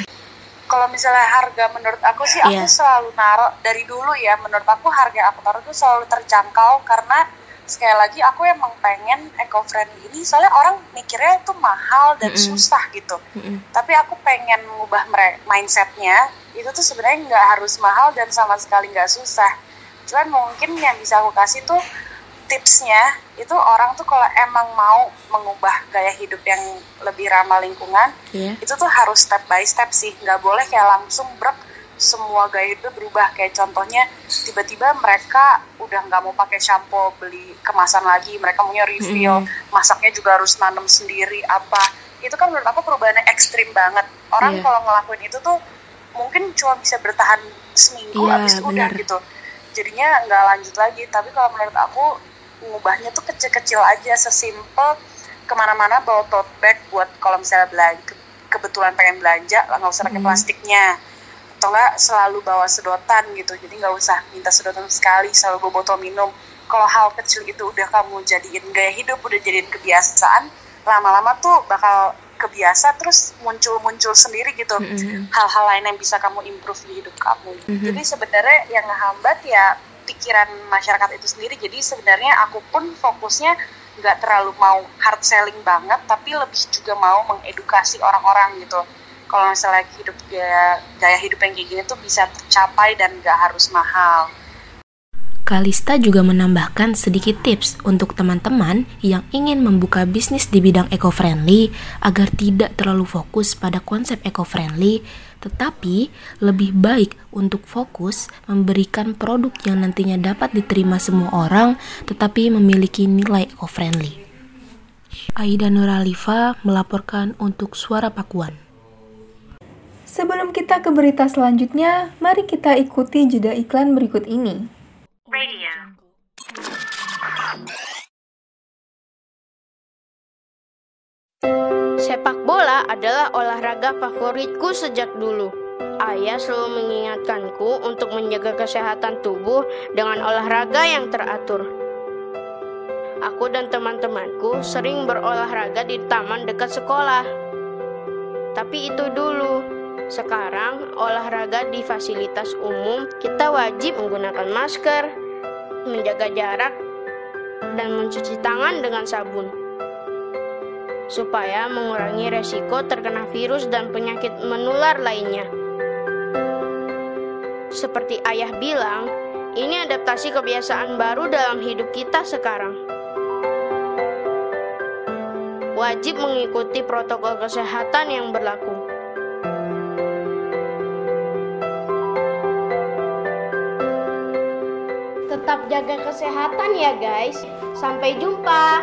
Kalau misalnya harga menurut aku sih, aku Iya. selalu naruh dari dulu ya, menurut aku harga aku taruh tuh selalu terjangkau, karena sekali lagi aku emang pengen eco-friendly ini, soalnya orang mikirnya itu mahal dan Mm-mm. susah gitu. Mm-mm. Tapi aku pengen mengubah mere- mindsetnya, itu tuh sebenarnya nggak harus mahal dan sama sekali nggak susah. Cuman mungkin yang bisa aku kasih tuh tipsnya, itu orang tuh kalau emang mau mengubah gaya hidup yang lebih ramah lingkungan, Iya. itu tuh harus step by step sih, nggak boleh kayak langsung brek semua gaya hidup berubah. Kayak contohnya tiba-tiba mereka udah nggak mau pakai shampoo beli kemasan lagi, mereka maunya refill, masaknya juga harus nanam sendiri apa. Itu kan menurut aku perubahannya ekstrim banget. Orang Iya. kalau ngelakuin itu tuh mungkin cuma bisa bertahan seminggu, Iya, habis itu udah benar. gitu, jadinya nggak lanjut lagi. Tapi kalau menurut aku ngubahnya tuh kecil-kecil aja, sesimpel kemana-mana bawa tote bag buat kalau misalnya belanja, kebetulan pengen belanja lah nggak usah pakai Hmm. plastiknya, atau nggak selalu bawa sedotan gitu, jadi nggak usah minta sedotan sekali, selalu bawa botol minum. Kalau hal kecil itu udah kamu jadiin gaya hidup, udah jadiin kebiasaan, lama-lama tuh bakal kebiasa, terus muncul-muncul sendiri gitu Mm-mm. hal-hal lain yang bisa kamu improve di hidup kamu. Mhm. Jadi sebenarnya yang ngehambat ya pikiran masyarakat itu sendiri. Jadi sebenarnya aku pun fokusnya nggak terlalu mau hard selling banget, tapi lebih juga mau mengedukasi orang-orang gitu. Kalau misalnya hidup gaya, gaya hidup yang kayak gini tuh bisa tercapai dan nggak harus mahal. Kalista juga menambahkan sedikit tips untuk teman-teman yang ingin membuka bisnis di bidang eco-friendly agar tidak terlalu fokus pada konsep eco-friendly, tetapi lebih baik untuk fokus memberikan produk yang nantinya dapat diterima semua orang tetapi memiliki nilai eco-friendly. Aida Nuralifa melaporkan untuk Suara Pakuan. Sebelum kita ke berita selanjutnya, mari kita ikuti jeda iklan berikut ini. Radio. Sepak bola adalah olahraga favoritku sejak dulu. Ayah selalu mengingatkanku untuk menjaga kesehatan tubuh dengan olahraga yang teratur. Aku dan teman-temanku sering berolahraga di taman dekat sekolah. Tapi itu dulu. Sekarang olahraga di fasilitas umum kita wajib menggunakan masker, menjaga jarak, dan mencuci tangan dengan sabun supaya mengurangi resiko terkena virus dan penyakit menular lainnya. Seperti ayah bilang, ini adaptasi kebiasaan baru dalam hidup kita sekarang. Wajib mengikuti protokol kesehatan yang berlaku. Tetap jaga kesehatan ya guys. Sampai jumpa.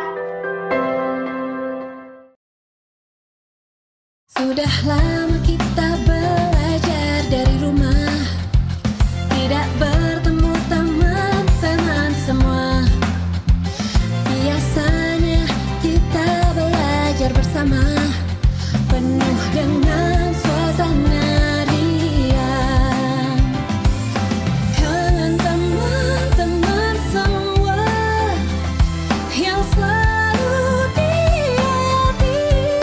Sudah lama kita belajar dari rumah, tidak bertemu teman-teman semua. Biasanya kita belajar bersama, penuh dengan suasana riang. Kangen teman-teman semua yang selalu di hati.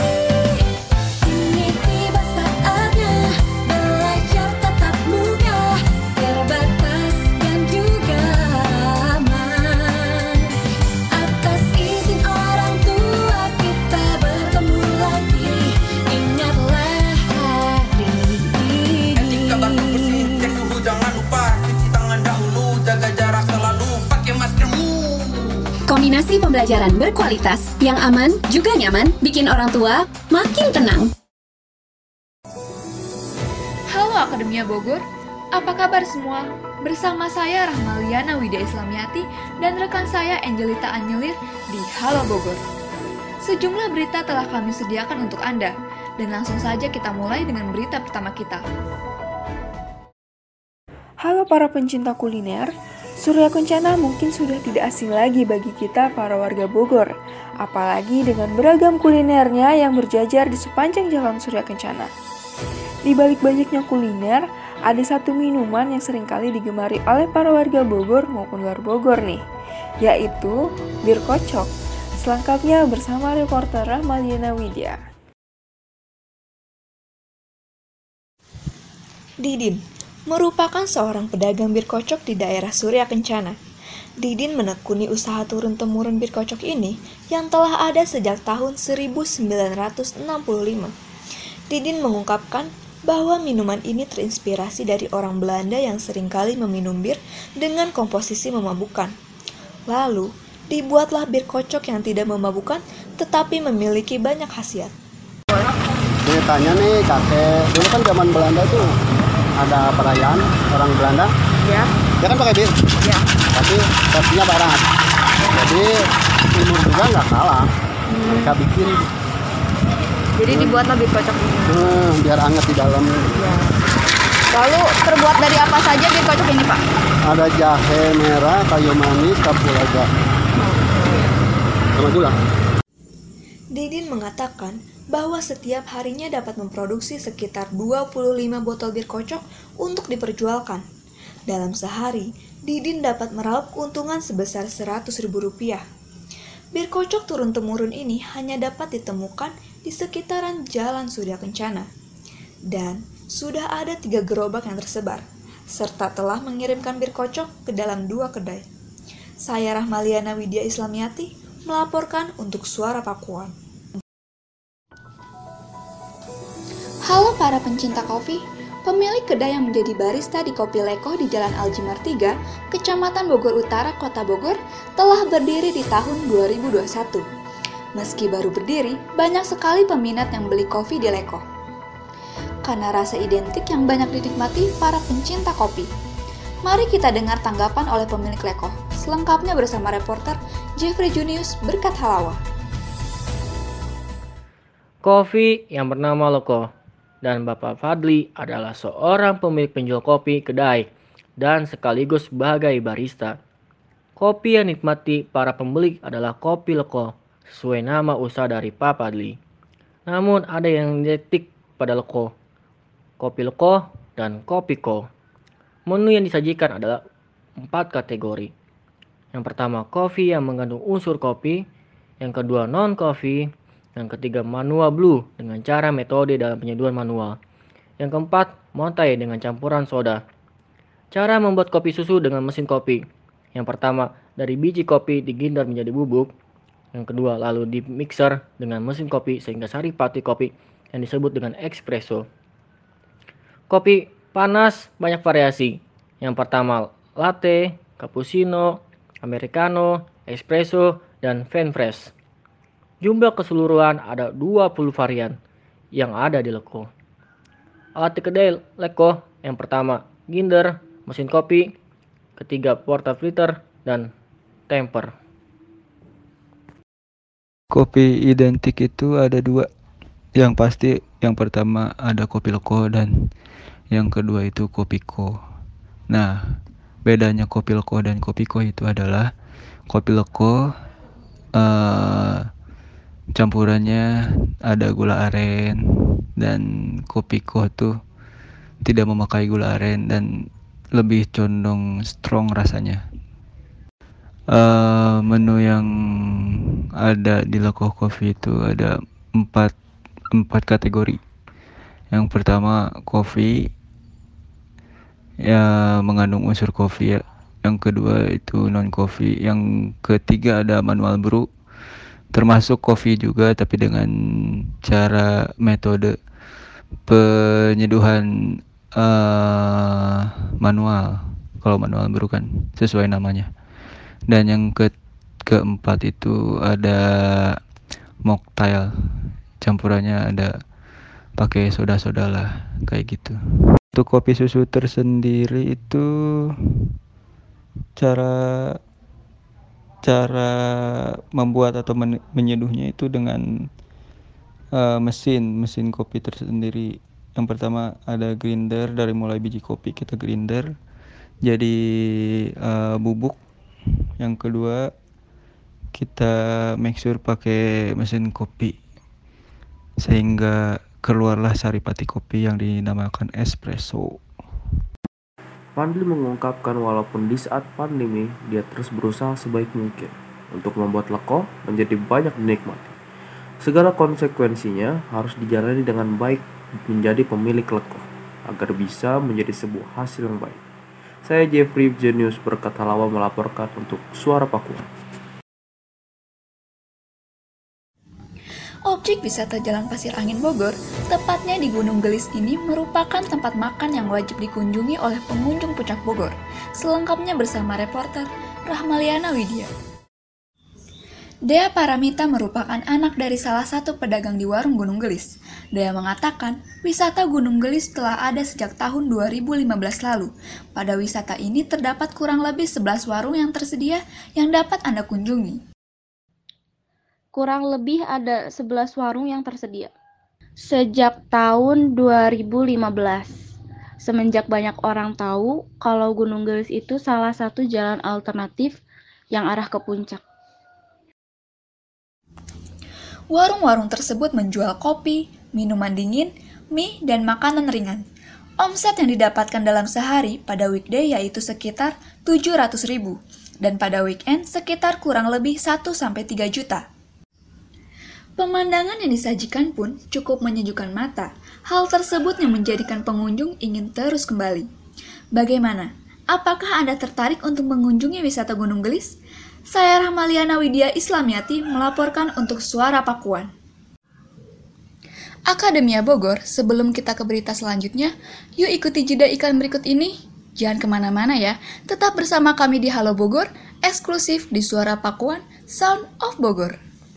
Kini tiba saatnya belajar tatap muka, terbatas dan juga aman. Atas izin orang tua kita bertemu lagi, ingatlah hari ini. Etika batuk bersin, cek suhu jangan lupa, cuci tangan dahulu, jaga jarak selalu, pakai maskermu. Kombinasi pembelajaran berkualitas yang aman juga nyaman bikin orang tua makin tenang. Halo Akademia Bogor, apa kabar semua? Bersama saya Rahmaliana Widya Islamiyati dan rekan saya Angelita Anyelir di Halo Bogor. Sejumlah berita telah kami sediakan untuk Anda, dan langsung saja kita mulai dengan berita pertama kita. Halo para pencinta kuliner, Surya Kencana mungkin sudah tidak asing lagi bagi kita para warga Bogor, apalagi dengan beragam kulinernya yang berjajar di sepanjang jalan Surya Kencana. Di balik banyaknya kuliner, ada satu minuman yang seringkali digemari oleh para warga Bogor maupun luar Bogor nih, yaitu bir kocok. Selengkapnya bersama reporter Rahmaliana Widya. Didin merupakan seorang pedagang bir kocok di daerah Surya Kencana. Didin menekuni usaha turun-temurun bir kocok ini yang telah ada sejak tahun seribu sembilan ratus enam puluh lima. Didin mengungkapkan bahwa minuman ini terinspirasi dari orang Belanda yang seringkali meminum bir dengan komposisi memabukkan. Lalu, dibuatlah bir kocok yang tidak memabukkan tetapi memiliki banyak khasiat. Ceritanya nih kakek, dulu kan zaman Belanda tuh ada perayaan orang Belanda, ya. Dia kan pakai bir, ya. Tapi porsinya banyak. Jadi umur juga nggak kalah, hmm. mereka bikin. Jadi dibuatlah bir kocok ini. Hmm, biar hangat di dalam. Ya. Lalu terbuat dari apa saja bir kocok ini, Pak? Ada jahe merah, kayu manis, kapulaga, sama gula. Didin mengatakan bahwa setiap harinya dapat memproduksi sekitar dua puluh lima botol bir kocok untuk diperjualkan. Dalam sehari, Didin dapat meraup keuntungan sebesar seratus ribu rupiah. Bir kocok turun-temurun ini hanya dapat ditemukan di sekitaran Jalan Surya Kencana. Dan sudah ada tiga gerobak yang tersebar, serta telah mengirimkan bir kocok ke dalam dua kedai. Saya Rahmaliana Widya Islamiyati melaporkan untuk Suara Pakuan. Halo para pencinta kopi, pemilik kedai yang menjadi barista di Kopi Leko di Jalan Aljimar tiga, Kecamatan Bogor Utara, Kota Bogor, telah berdiri di tahun dua ribu dua puluh satu. Meski baru berdiri, banyak sekali peminat yang beli kopi di Leko. Karena rasa identik yang banyak dinikmati para pencinta kopi. Mari kita dengar tanggapan oleh pemilik Leko. Selengkapnya bersama reporter Jeffrey Junius berkat Halawa. Kopi yang bernama Leko dan Bapak Fadli adalah seorang pemilik penjual kopi kedai dan sekaligus sebagai barista. Kopi yang dinikmati para pembeli adalah kopi Leko sesuai nama usaha dari Pak Fadli. Namun ada yang identik pada Leko, kopi Leko dan kopi ko. Menu yang disajikan adalah empat kategori. Yang pertama kopi yang mengandung unsur kopi, yang kedua non-kopi, yang ketiga manual brew dengan cara metode dalam penyeduhan manual. Yang keempat, montai dengan campuran soda. Cara membuat kopi susu dengan mesin kopi. Yang pertama, dari biji kopi digindar menjadi bubuk. Yang kedua, lalu di mixer dengan mesin kopi sehingga sari pati kopi yang disebut dengan espresso. Kopi panas banyak variasi. Yang pertama, latte, cappuccino, americano, espresso, dan fan fresh. Jumlah keseluruhan ada dua puluh varian yang ada di Leko. Alat di kedai Leko yang pertama ginder, mesin kopi, ketiga portafilter, dan temper. Kopi identik itu ada dua. Yang pasti yang pertama ada kopi Leko dan yang kedua itu kopi ko. Nah, bedanya kopi Leko dan kopi ko itu adalah kopi Leko uh, campurannya ada gula aren dan kopi ko tuh tidak memakai gula aren dan lebih condong strong rasanya. Uh, menu yang ada di Leko Coffee itu ada empat empat kategori. Yang pertama kopi ya mengandung unsur kopi ya. Yang kedua itu non kopi. Yang ketiga ada manual brew. Termasuk kopi juga tapi dengan cara metode penyeduhan uh, manual. Kalau manual brew kan sesuai namanya. Dan yang ke keempat itu ada mocktail. Campurannya ada pakai soda-soda lah kayak gitu. Untuk kopi susu tersendiri itu cara cara membuat atau men- menyeduhnya itu dengan uh, mesin mesin kopi tersendiri. Yang pertama ada grinder, dari mulai biji kopi kita grinder jadi uh, bubuk. Yang kedua kita make sure pakai mesin kopi sehingga keluarlah saripati kopi yang dinamakan espresso. Fadli mengungkapkan walaupun di saat pandemi dia terus berusaha sebaik mungkin untuk membuat leko menjadi banyak dinikmati. Segala konsekuensinya harus dijalani dengan baik menjadi pemilik leko agar bisa menjadi sebuah hasil yang baik. Saya Jeffrey Genius berkata Lawa melaporkan untuk Suara Pakuan. Objek wisata Jalan Pasir Angin Bogor, tepatnya di Gunung Gelis ini merupakan tempat makan yang wajib dikunjungi oleh pengunjung Puncak Bogor. Selengkapnya bersama reporter Rahmaliana Widya. Dea Paramita merupakan anak dari salah satu pedagang di warung Gunung Gelis. Dea mengatakan, wisata Gunung Gelis telah ada sejak tahun dua ribu lima belas lalu. Pada wisata ini terdapat kurang lebih sebelas warung yang tersedia yang dapat Anda kunjungi. Kurang lebih ada sebelas warung yang tersedia sejak tahun dua ribu lima belas. Semenjak banyak orang tahu kalau Gunung Gelis itu salah satu jalan alternatif yang arah ke puncak. Warung-warung tersebut menjual kopi, minuman dingin, mie, dan makanan ringan. Omset yang didapatkan dalam sehari pada weekday yaitu sekitar tujuh ratus ribu dan pada weekend sekitar kurang lebih satu sampai tiga juta. Pemandangan yang disajikan pun cukup menyejukkan mata. Hal tersebut yang menjadikan pengunjung ingin terus kembali. Bagaimana? Apakah Anda tertarik untuk mengunjungi wisata Gunung Gelis? Saya Rahmaliana Widya Islamiati melaporkan untuk Suara Pakuan. Akademia Bogor, sebelum kita ke berita selanjutnya, yuk ikuti jeda iklan berikut ini. Jangan kemana-mana ya, tetap bersama kami di Halo Bogor, eksklusif di Suara Pakuan, Sound of Bogor.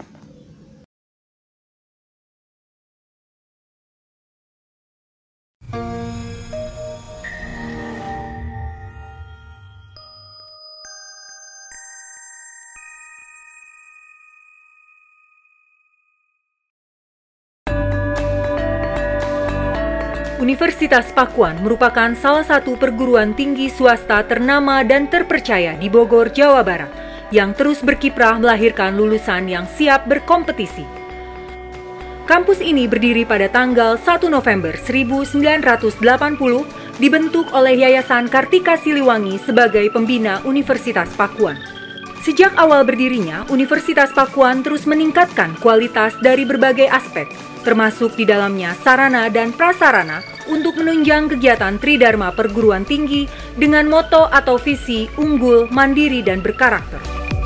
Universitas Pakuan merupakan salah satu perguruan tinggi swasta ternama dan terpercaya di Bogor, Jawa Barat, yang terus berkiprah melahirkan lulusan yang siap berkompetisi. Kampus ini berdiri pada tanggal satu November seribu sembilan ratus delapan puluh, dibentuk oleh Yayasan Kartika Siliwangi sebagai pembina Universitas Pakuan. Sejak awal berdirinya, Universitas Pakuan terus meningkatkan kualitas dari berbagai aspek, termasuk di dalamnya sarana dan prasarana untuk menunjang kegiatan Tridharma perguruan tinggi dengan moto atau visi unggul, mandiri, dan berkarakter.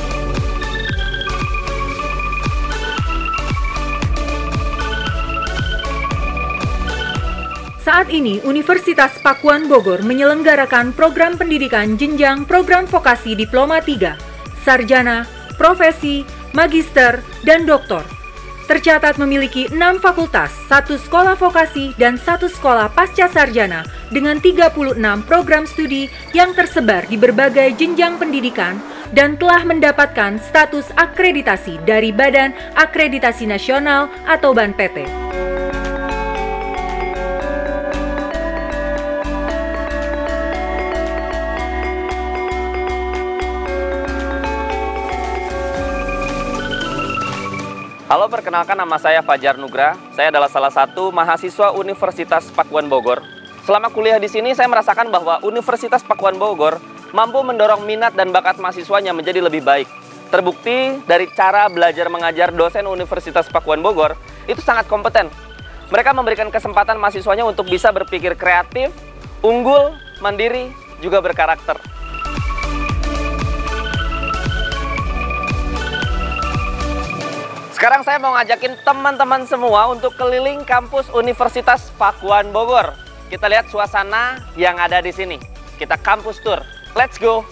Saat ini, Universitas Pakuan Bogor menyelenggarakan program pendidikan jenjang program vokasi Diploma tiga, Sarjana, Profesi, Magister, dan Doktor. Tercatat memiliki enam fakultas, satu sekolah vokasi, dan satu sekolah pasca sarjana dengan tiga puluh enam program studi yang tersebar di berbagai jenjang pendidikan dan telah mendapatkan status akreditasi dari Badan Akreditasi Nasional atau B A N P T. Halo, perkenalkan nama saya Fajar Nugra. Saya adalah salah satu mahasiswa Universitas Pakuan Bogor. Selama kuliah di sini, saya merasakan bahwa Universitas Pakuan Bogor mampu mendorong minat dan bakat mahasiswanya menjadi lebih baik. Terbukti dari cara belajar mengajar dosen Universitas Pakuan Bogor itu sangat kompeten. Mereka memberikan kesempatan mahasiswanya untuk bisa berpikir kreatif, unggul, mandiri, juga berkarakter. Sekarang saya mau ngajakin teman-teman semua untuk keliling kampus Universitas Pakuan Bogor. Kita lihat suasana yang ada di sini. Kita kampus tour. Let's go!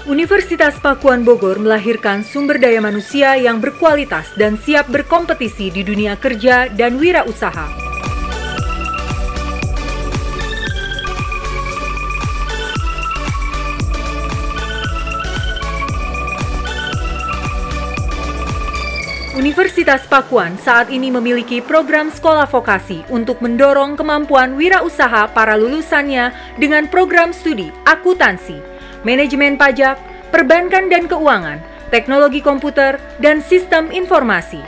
Universitas Pakuan Bogor melahirkan sumber daya manusia yang berkualitas dan siap berkompetisi di dunia kerja dan wirausaha. Universitas Pakuan saat ini memiliki program sekolah vokasi untuk mendorong kemampuan wirausaha para lulusannya dengan program studi akuntansi, manajemen pajak, perbankan dan keuangan, teknologi komputer, dan sistem informasi.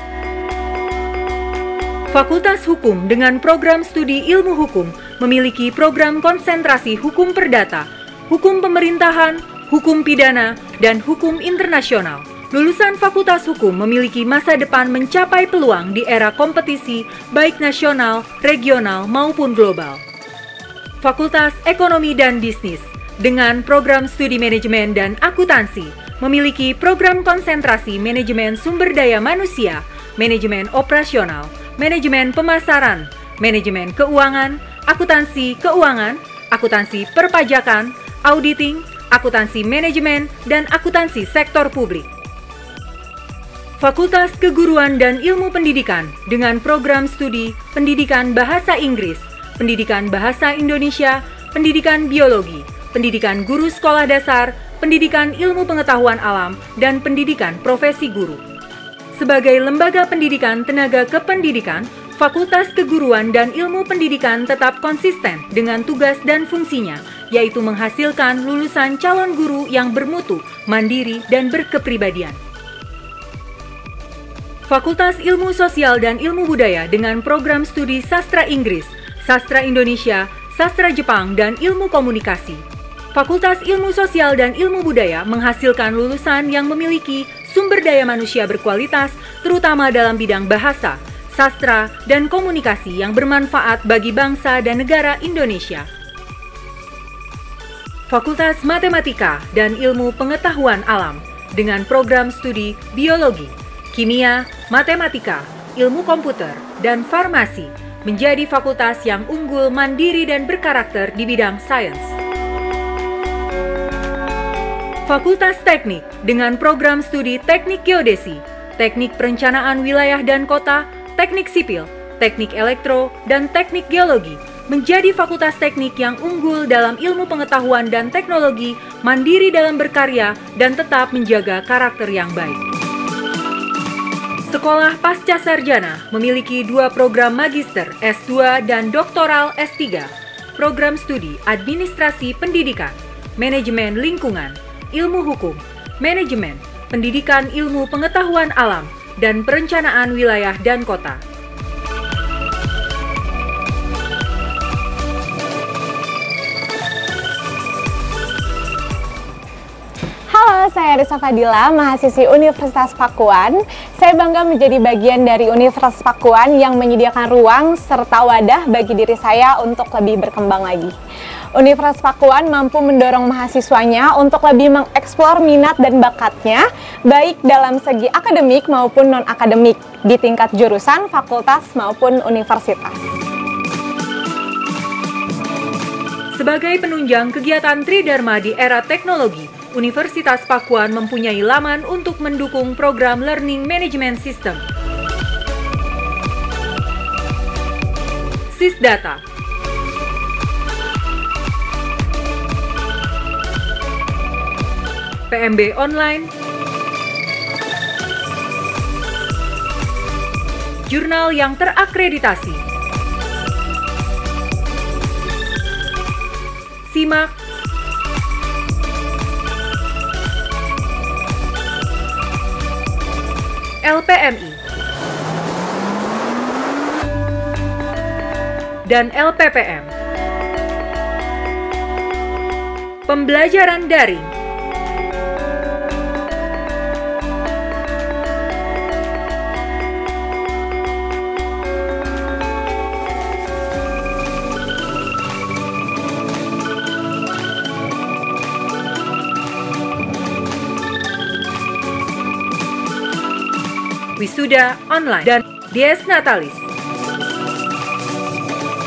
Fakultas Hukum dengan program studi ilmu hukum memiliki program konsentrasi hukum perdata, hukum pemerintahan, hukum pidana, dan hukum internasional. Lulusan Fakultas Hukum memiliki masa depan mencapai peluang di era kompetisi baik nasional, regional, maupun global. Fakultas Ekonomi dan Bisnis dengan program studi manajemen dan akuntansi memiliki program konsentrasi manajemen sumber daya manusia, manajemen operasional, manajemen pemasaran, manajemen keuangan, akuntansi keuangan, akuntansi perpajakan, auditing, akuntansi manajemen, dan akuntansi sektor publik. Fakultas Keguruan dan Ilmu Pendidikan dengan program studi Pendidikan Bahasa Inggris, Pendidikan Bahasa Indonesia, Pendidikan Biologi, Pendidikan Guru Sekolah Dasar, Pendidikan Ilmu Pengetahuan Alam, dan Pendidikan Profesi Guru. Sebagai lembaga pendidikan tenaga kependidikan, Fakultas Keguruan dan Ilmu Pendidikan tetap konsisten dengan tugas dan fungsinya, yaitu menghasilkan lulusan calon guru yang bermutu, mandiri, dan berkepribadian. Fakultas Ilmu Sosial dan Ilmu Budaya dengan program studi Sastra Inggris, Sastra Indonesia, Sastra Jepang, dan Ilmu Komunikasi. Fakultas Ilmu Sosial dan Ilmu Budaya menghasilkan lulusan yang memiliki sumber daya manusia berkualitas, terutama dalam bidang bahasa, sastra, dan komunikasi yang bermanfaat bagi bangsa dan negara Indonesia. Fakultas Matematika dan Ilmu Pengetahuan Alam dengan program studi Biologi, Kimia, Matematika, Ilmu Komputer, dan Farmasi menjadi fakultas yang unggul, mandiri, dan berkarakter di bidang sains. Fakultas Teknik dengan program studi Teknik Geodesi, Teknik Perencanaan Wilayah dan Kota, Teknik Sipil, Teknik Elektro, dan Teknik Geologi menjadi fakultas teknik yang unggul dalam ilmu pengetahuan dan teknologi, mandiri dalam berkarya, dan tetap menjaga karakter yang baik. Sekolah Pasca Sarjana memiliki dua program magister S dua dan doktoral S tiga, program studi Administrasi Pendidikan, Manajemen Lingkungan, Ilmu Hukum, Manajemen, Pendidikan Ilmu Pengetahuan Alam, dan Perencanaan Wilayah dan Kota. Halo, saya Risa Fadila, mahasiswi Universitas Pakuan. Saya bangga menjadi bagian dari Universitas Pakuan yang menyediakan ruang serta wadah bagi diri saya untuk lebih berkembang lagi. Universitas Pakuan mampu mendorong mahasiswanya untuk lebih mengeksplor minat dan bakatnya, baik dalam segi akademik maupun non-akademik, di tingkat jurusan, fakultas, maupun universitas. Sebagai penunjang kegiatan Tridharma di era teknologi, Universitas Pakuan mempunyai laman untuk mendukung program Learning Management System. Sisdata. P M B Online. Jurnal yang terakreditasi. Simak. L P M I dan L P P M. Pembelajaran daring. Wisuda online dan Dies Natalis.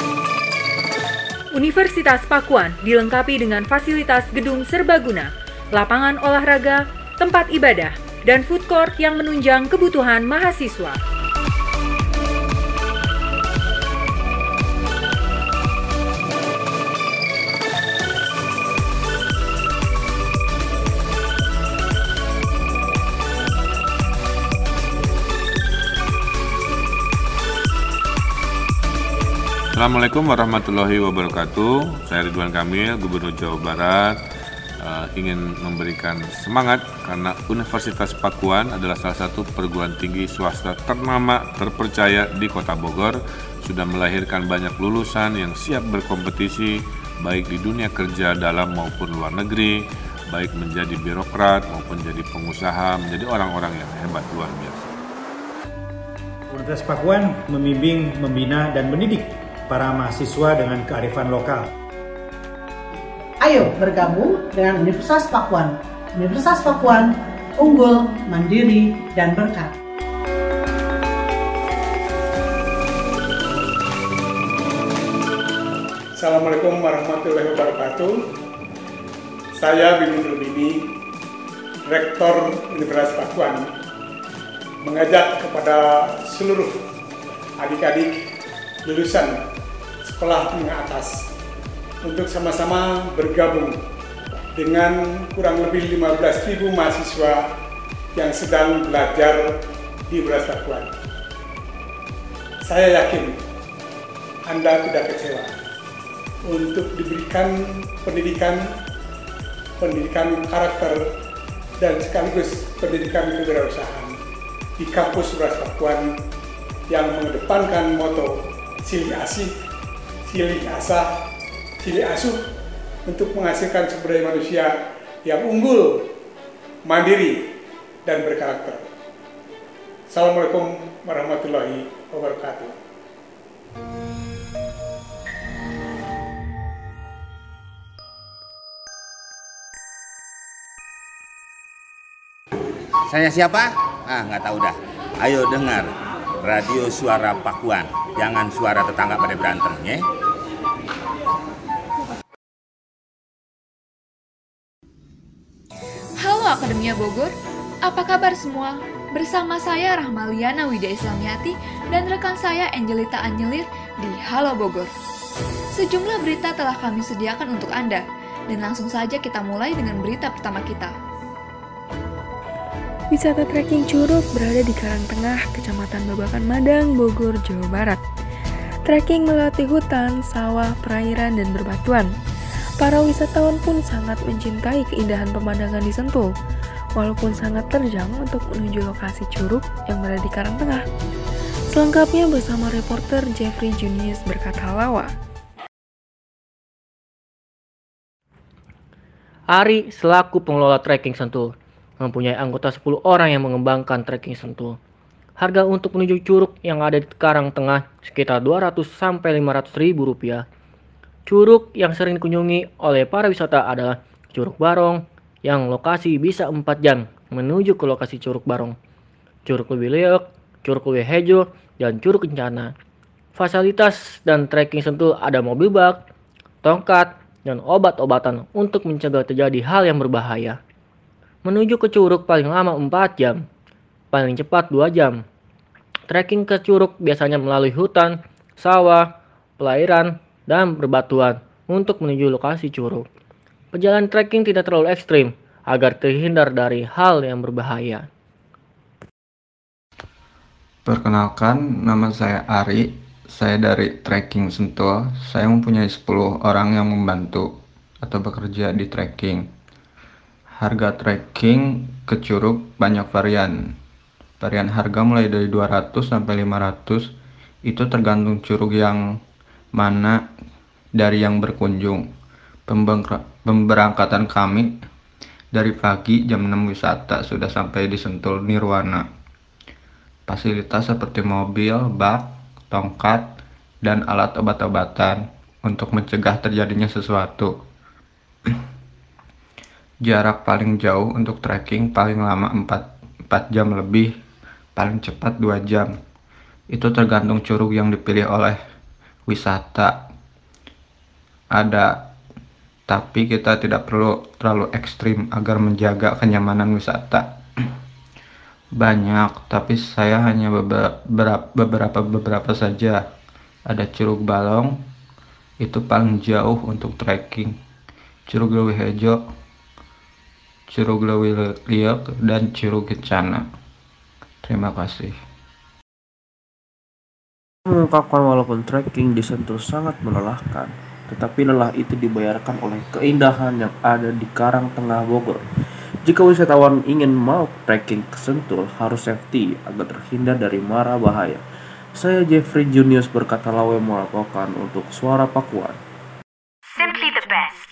Universitas Pakuan dilengkapi dengan fasilitas gedung serbaguna, lapangan olahraga, tempat ibadah, dan food court yang menunjang kebutuhan mahasiswa. Assalamualaikum warahmatullahi wabarakatuh. Saya Ridwan Kamil, Gubernur Jawa Barat, uh, ingin memberikan semangat karena Universitas Pakuan adalah salah satu perguruan tinggi swasta ternama terpercaya di Kota Bogor, sudah melahirkan banyak lulusan yang siap berkompetisi baik di dunia kerja dalam maupun luar negeri, baik menjadi birokrat maupun jadi pengusaha, menjadi orang-orang yang hebat luar biasa. Universitas Pakuan membimbing, membina, dan mendidik para mahasiswa dengan kearifan lokal. Ayo bergabung dengan Universitas Pakuan. Universitas Pakuan unggul, mandiri, dan berkat. Assalamualaikum warahmatullahi wabarakatuh. Saya Bini Rubini, Rektor Universitas Pakuan, mengajak kepada seluruh adik-adik lulusan sekolah menengah atas untuk sama-sama bergabung dengan kurang lebih lima belas ribu mahasiswa yang sedang belajar di Universitas Pakuan. Saya yakin Anda tidak kecewa untuk diberikan pendidikan pendidikan karakter dan sekaligus pendidikan kewirausahaan di kampus Universitas Pakuan yang mengedepankan moto Silih Asih, Silih Asah, Silih Asuh untuk menghasilkan sumber daya manusia yang unggul, mandiri, dan berkarakter. Assalamualaikum warahmatullahi wabarakatuh. Saya siapa? Ah, nggak tahu dah. Ayo dengar Radio Suara Pakuan. Jangan suara tetangga pada berantem, ya. Halo Akademia Bogor, apa kabar semua? Bersama saya Rahmaliana Widya Islamiati dan rekan saya Angelita Anyelir di Halo Bogor. Sejumlah berita telah kami sediakan untuk Anda, dan langsung saja kita mulai dengan berita pertama kita. Wisata trekking Curug berada di Karangtengah, Kecamatan Babakan Madang, Bogor, Jawa Barat. Trekking melewati hutan, sawah, perairan, dan berbatuan. Para wisatawan pun sangat mencintai keindahan pemandangan di Sentul, walaupun sangat terjang untuk menuju lokasi Curug yang berada di Karangtengah. Selengkapnya bersama reporter Jeffrey Junius Berkata-Lawa. Ari selaku pengelola trekking Sentul mempunyai anggota sepuluh orang yang mengembangkan trekking Sentul. Harga untuk menuju Curug yang ada di Karangtengah sekitar dua ratus sampai lima ratus ribu rupiah. Curug yang sering dikunjungi oleh para wisata adalah Curug Barong yang lokasi bisa empat jam menuju ke lokasi Curug Barong, Curug Lewileuk, Curug Lewihejo, dan Curug Kencana. Fasilitas dan trekking Sentul ada mobil bak, tongkat, dan obat-obatan untuk mencegah terjadi hal yang berbahaya. Menuju ke Curug paling lama empat jam, paling cepat dua jam. Trekking ke Curug biasanya melalui hutan, sawah, perairan, dan berbatuan untuk menuju lokasi Curug. Perjalanan trekking tidak terlalu ekstrim agar terhindar dari hal yang berbahaya. Perkenalkan, nama saya Ari. Saya dari Trekking Sentul. Saya mempunyai sepuluh orang yang membantu atau bekerja di trekking. Harga trekking ke Curug banyak varian. Varian harga mulai dari dua ratus sampai lima ratus. Itu tergantung Curug yang mana dari yang berkunjung. Pemberangkatan kami dari pagi jam enam wisata sudah sampai di Sentul Nirwana. Fasilitas seperti mobil, bak, tongkat, dan alat obat-obatan untuk mencegah terjadinya sesuatu. Jarak paling jauh untuk trekking paling lama empat jam lebih, paling cepat dua jam. Itu tergantung Curug yang dipilih oleh wisata. Ada tapi kita tidak perlu terlalu ekstrim agar menjaga kenyamanan wisata. Banyak, tapi saya hanya beberapa beberapa beberapa saja. Ada Curug Balong, itu paling jauh untuk trekking. Curug Leuwi Hejo, Curug Leuwi Liek, dan Curug Kencana. Terima kasih. Mengungkapkan walaupun trekking di Sentul sangat melelahkan, tetapi lelah itu dibayarkan oleh keindahan yang ada di Karang Tengah Bogor. Jika wisatawan ingin mau trekking ke Sentul, harus safety agar terhindar dari mara bahaya. Saya Jeffrey Junius berkata Lawe melaporkan untuk Suara Pakuan. Simply the best.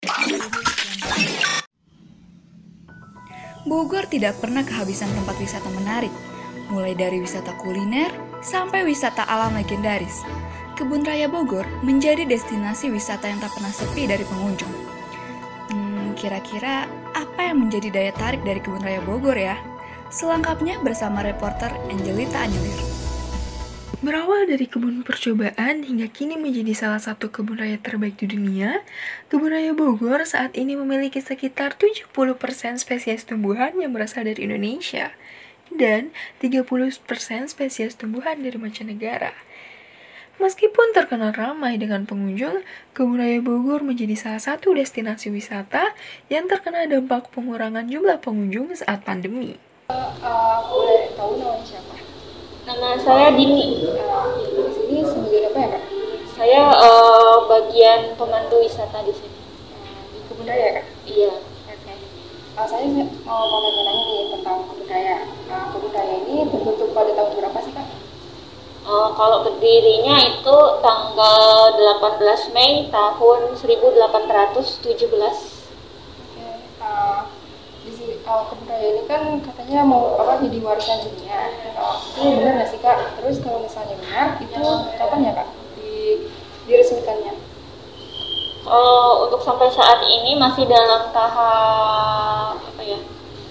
Bogor tidak pernah kehabisan tempat wisata menarik, mulai dari wisata kuliner sampai wisata alam legendaris. Kebun Raya Bogor menjadi destinasi wisata yang tak pernah sepi dari pengunjung. Hmm, kira-kira apa yang menjadi daya tarik dari Kebun Raya Bogor ya? Selengkapnya bersama reporter Angelita Anyelir. Berawal dari kebun percobaan hingga kini menjadi salah satu kebun raya terbaik di dunia, Kebun Raya Bogor saat ini memiliki sekitar tujuh puluh persen spesies tumbuhan yang berasal dari Indonesia dan tiga puluh persen spesies tumbuhan dari mancanegara. Meskipun terkenal ramai dengan pengunjung, Kebun Raya Bogor menjadi salah satu destinasi wisata yang terkena dampak pengurangan jumlah pengunjung saat pandemi. Uh, uh, boleh tahu namanya siapa? Nama saya Dini. Uh, di sini sebagai apa ya Kak? Saya uh, bagian pemandu wisata di sini. Uh, di Kebun Raya Kak? Iya. Oke. Okay. Uh, saya mau mau nanya-nanya nih tentang Kebun Raya. Uh, Kebun Raya ini terbentuk pada tahun berapa sih Kak? Uh, kalau berdirinya itu tanggal delapan belas Mei tahun seribu delapan ratus tujuh belas. Oke. Okay. Uh, di sini uh, Kebun Raya ini kan katanya mau apa jadi warisan dunia. Uh, itu benar nggak sih Kak? Terus kalau misalnya benar, itu kapan ya Kak di diresmikannya? Uh, untuk sampai saat ini masih dalam tahap apa ya?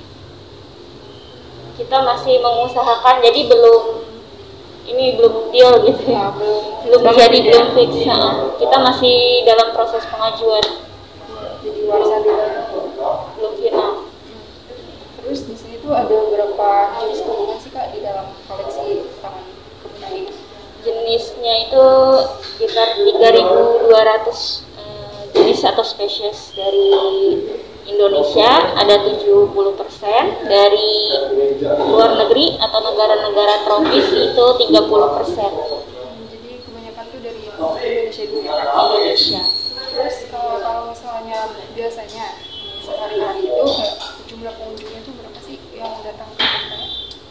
Kita masih mengusahakan, jadi belum ini belum deal gitu ya, belum belum jadi belum fix. Nah, kita masih dalam proses pengajuan. Jadi warisan dunia belum final. Terus di sini tuh ada berapa jenis tumbuhan sih Kak di dalam koleksi taman kebun raya ini? Jenisnya itu sekitar tiga ribu dua ratus uh, jenis atau spesies dari Indonesia, ada tujuh puluh persen, dari luar negeri atau negara-negara tropis itu tiga puluh persen. Hmm, jadi kebanyakan tuh dari Indonesia dulu ya Kak? Indonesia. Terus kalau, kalau misalnya biasanya sehari-hari itu kayak jumlah pengunjungnya itu berapa sih yang datang ke kebun?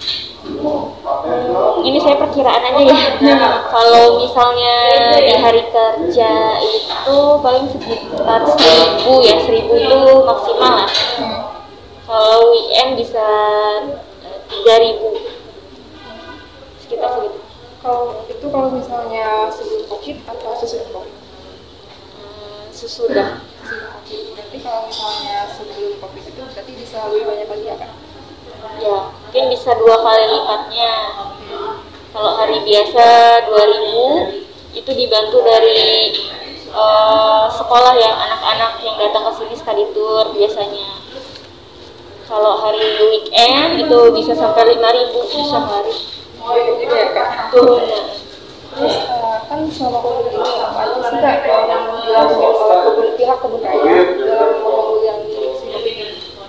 Hmm, ini saya perkiraan aja ya. Kalau misalnya di hari kerja itu paling sekitar seribu ya, seribu itu maksimal lah. Kalau weekend bisa tiga ribu, sekitar segitu. Kalau itu kalau misalnya sebelum COVID atau sesudah COVID? Hmm, sesudah. Berarti kalau misalnya sebelum COVID itu berarti bisa lebih banyak lagi ya Kak? Ya, mungkin bisa dua kali lipatnya. Kalau hari biasa dua ribu, itu dibantu dari uh, sekolah ya, anak-anak yang datang ke sini study tour biasanya. Kalau hari weekend itu bisa sampai lima ribu sehari. Oh, itu juga ya Kak? Tuh. Terus uh, kan selama COVID ini apa aja sih Kak yang dilakukan oleh kebun pihak Kebun Raya dalam menanggulangi COVID ini?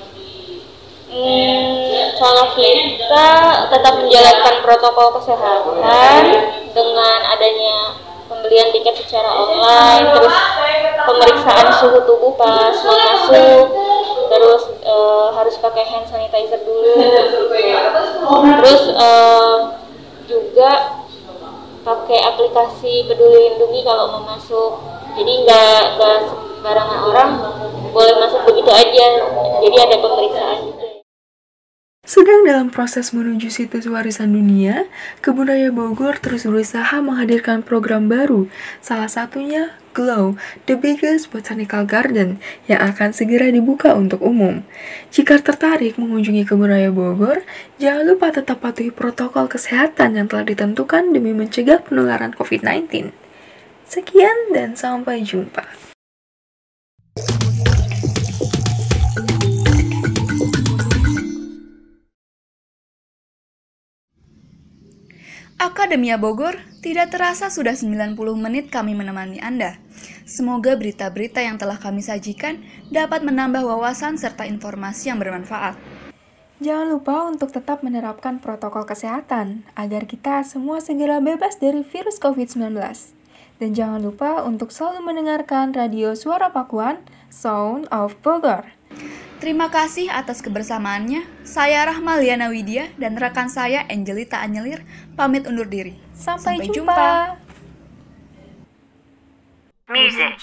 Hmm, kalau kita tetap menjalankan protokol kesehatan dengan adanya pembelian tiket secara online, terus pemeriksaan suhu tubuh pas mau masuk, terus uh, harus pakai hand sanitizer dulu, terus uh, juga pakai aplikasi Peduli Lindungi kalau mau masuk, jadi nggak nggak sembarangan orang boleh masuk begitu aja, jadi ada pemeriksaan juga. Sedang dalam proses menuju situs warisan dunia, Kebun Raya Bogor terus berusaha menghadirkan program baru, salah satunya Glow, the biggest botanical garden, yang akan segera dibuka untuk umum. Jika tertarik mengunjungi Kebun Raya Bogor, jangan lupa tetap patuhi protokol kesehatan yang telah ditentukan demi mencegah penularan covid sembilan belas. Sekian dan sampai jumpa. Akademia Bogor, tidak terasa sudah sembilan puluh menit kami menemani Anda. Semoga berita-berita yang telah kami sajikan dapat menambah wawasan serta informasi yang bermanfaat. Jangan lupa untuk tetap menerapkan protokol kesehatan agar kita semua segera bebas dari virus covid sembilan belas. Dan jangan lupa untuk selalu mendengarkan Radio Suara Pakuan, Sound of Bogor. Terima kasih atas kebersamaannya. Saya Rahmaliana Widya dan rekan saya Angelita Anyelir pamit undur diri. Sampai, Sampai jumpa. jumpa. Music.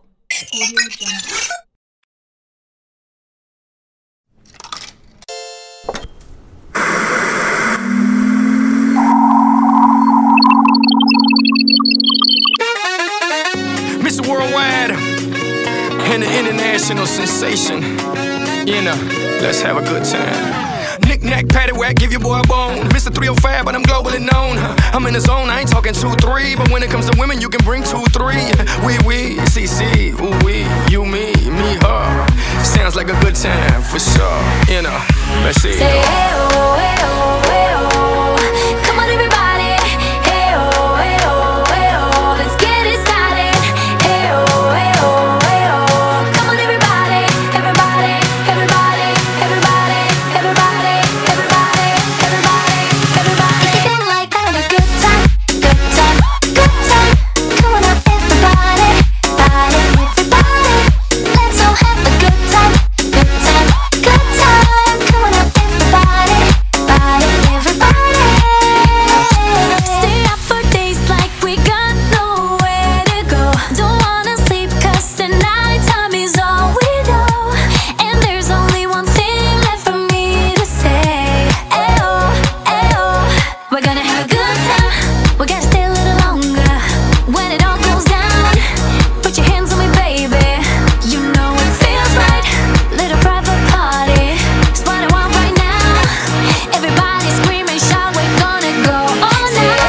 Mister Worldwide and the international sensation. You know, let's have a good time. Knick-knack, paddywhack, give your boy a bone. Mister three oh five, but I'm globally known. I'm in the zone, I ain't talking two three, but when it comes to women, you can bring two three. We, we, C, C, ooh, we, you, me, me, her. Sounds like a good time, for sure. You know, let's see. Say, hey, oh, hey, oh, hey, oh. Come on, everybody. Hey, oh, hey, oh, hey, oh. Let's get it started. Hey, oh, hey, oh, hey, oh. Come on, everybody. Everybody, everybody, everybody, everybody, everybody, everybody, everybody. If you feel like having a good time, good time, good time. Come on up, everybody. Body, everybody. Let's all have a good time, good time, good time. Come on up, everybody. Body, everybody. Stay up for days like we got nowhere to go. Don't wanna sleep 'cause the night time is all we know. And there's only one thing left for me to say. Ayo, ayo. We're gonna have a good time. We gotta stay a little longer. When it all goes down, put your hands on me, baby. You know it feels right. Little private party. It's what I want right now. Everybody scream and shout. We're gonna go all night.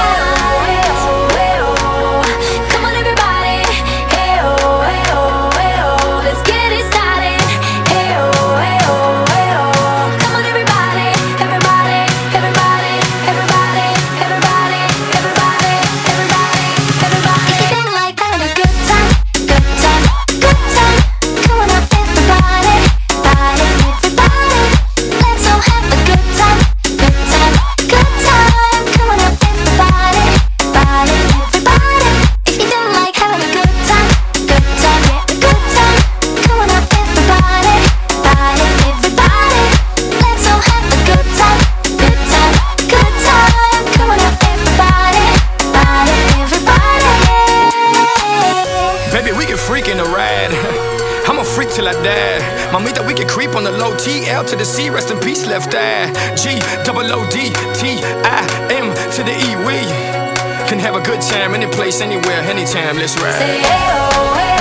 Come on, everybody. Hey, oh, hey, oh, hey, oh. Let's get it started. Hey, oh, hey, oh, hey, oh. Come on, everybody. Everybody, everybody, everybody, everybody, everybody, everybody, everybody. If you feel like having a good time, good time, good time. Come on up, everybody. Body, everybody. Let's all have a good time, good time, good time. Come on up, everybody. Body, everybody. If you feel like having a good time, good time, yeah, good time. Come on up, everybody. Body, everybody. Let's all have a good time, good time, good time. Come on up, everybody. Body, everybody. Baby, we can freak in the ride. I'm a freak till I die. Mamita, we can creep on the low. T L to the C, rest in peace, left eye. G, double O D, T, I, M to the E. We can have a good time any place, anywhere, anytime. Let's ride. Say, hey, oh, hey,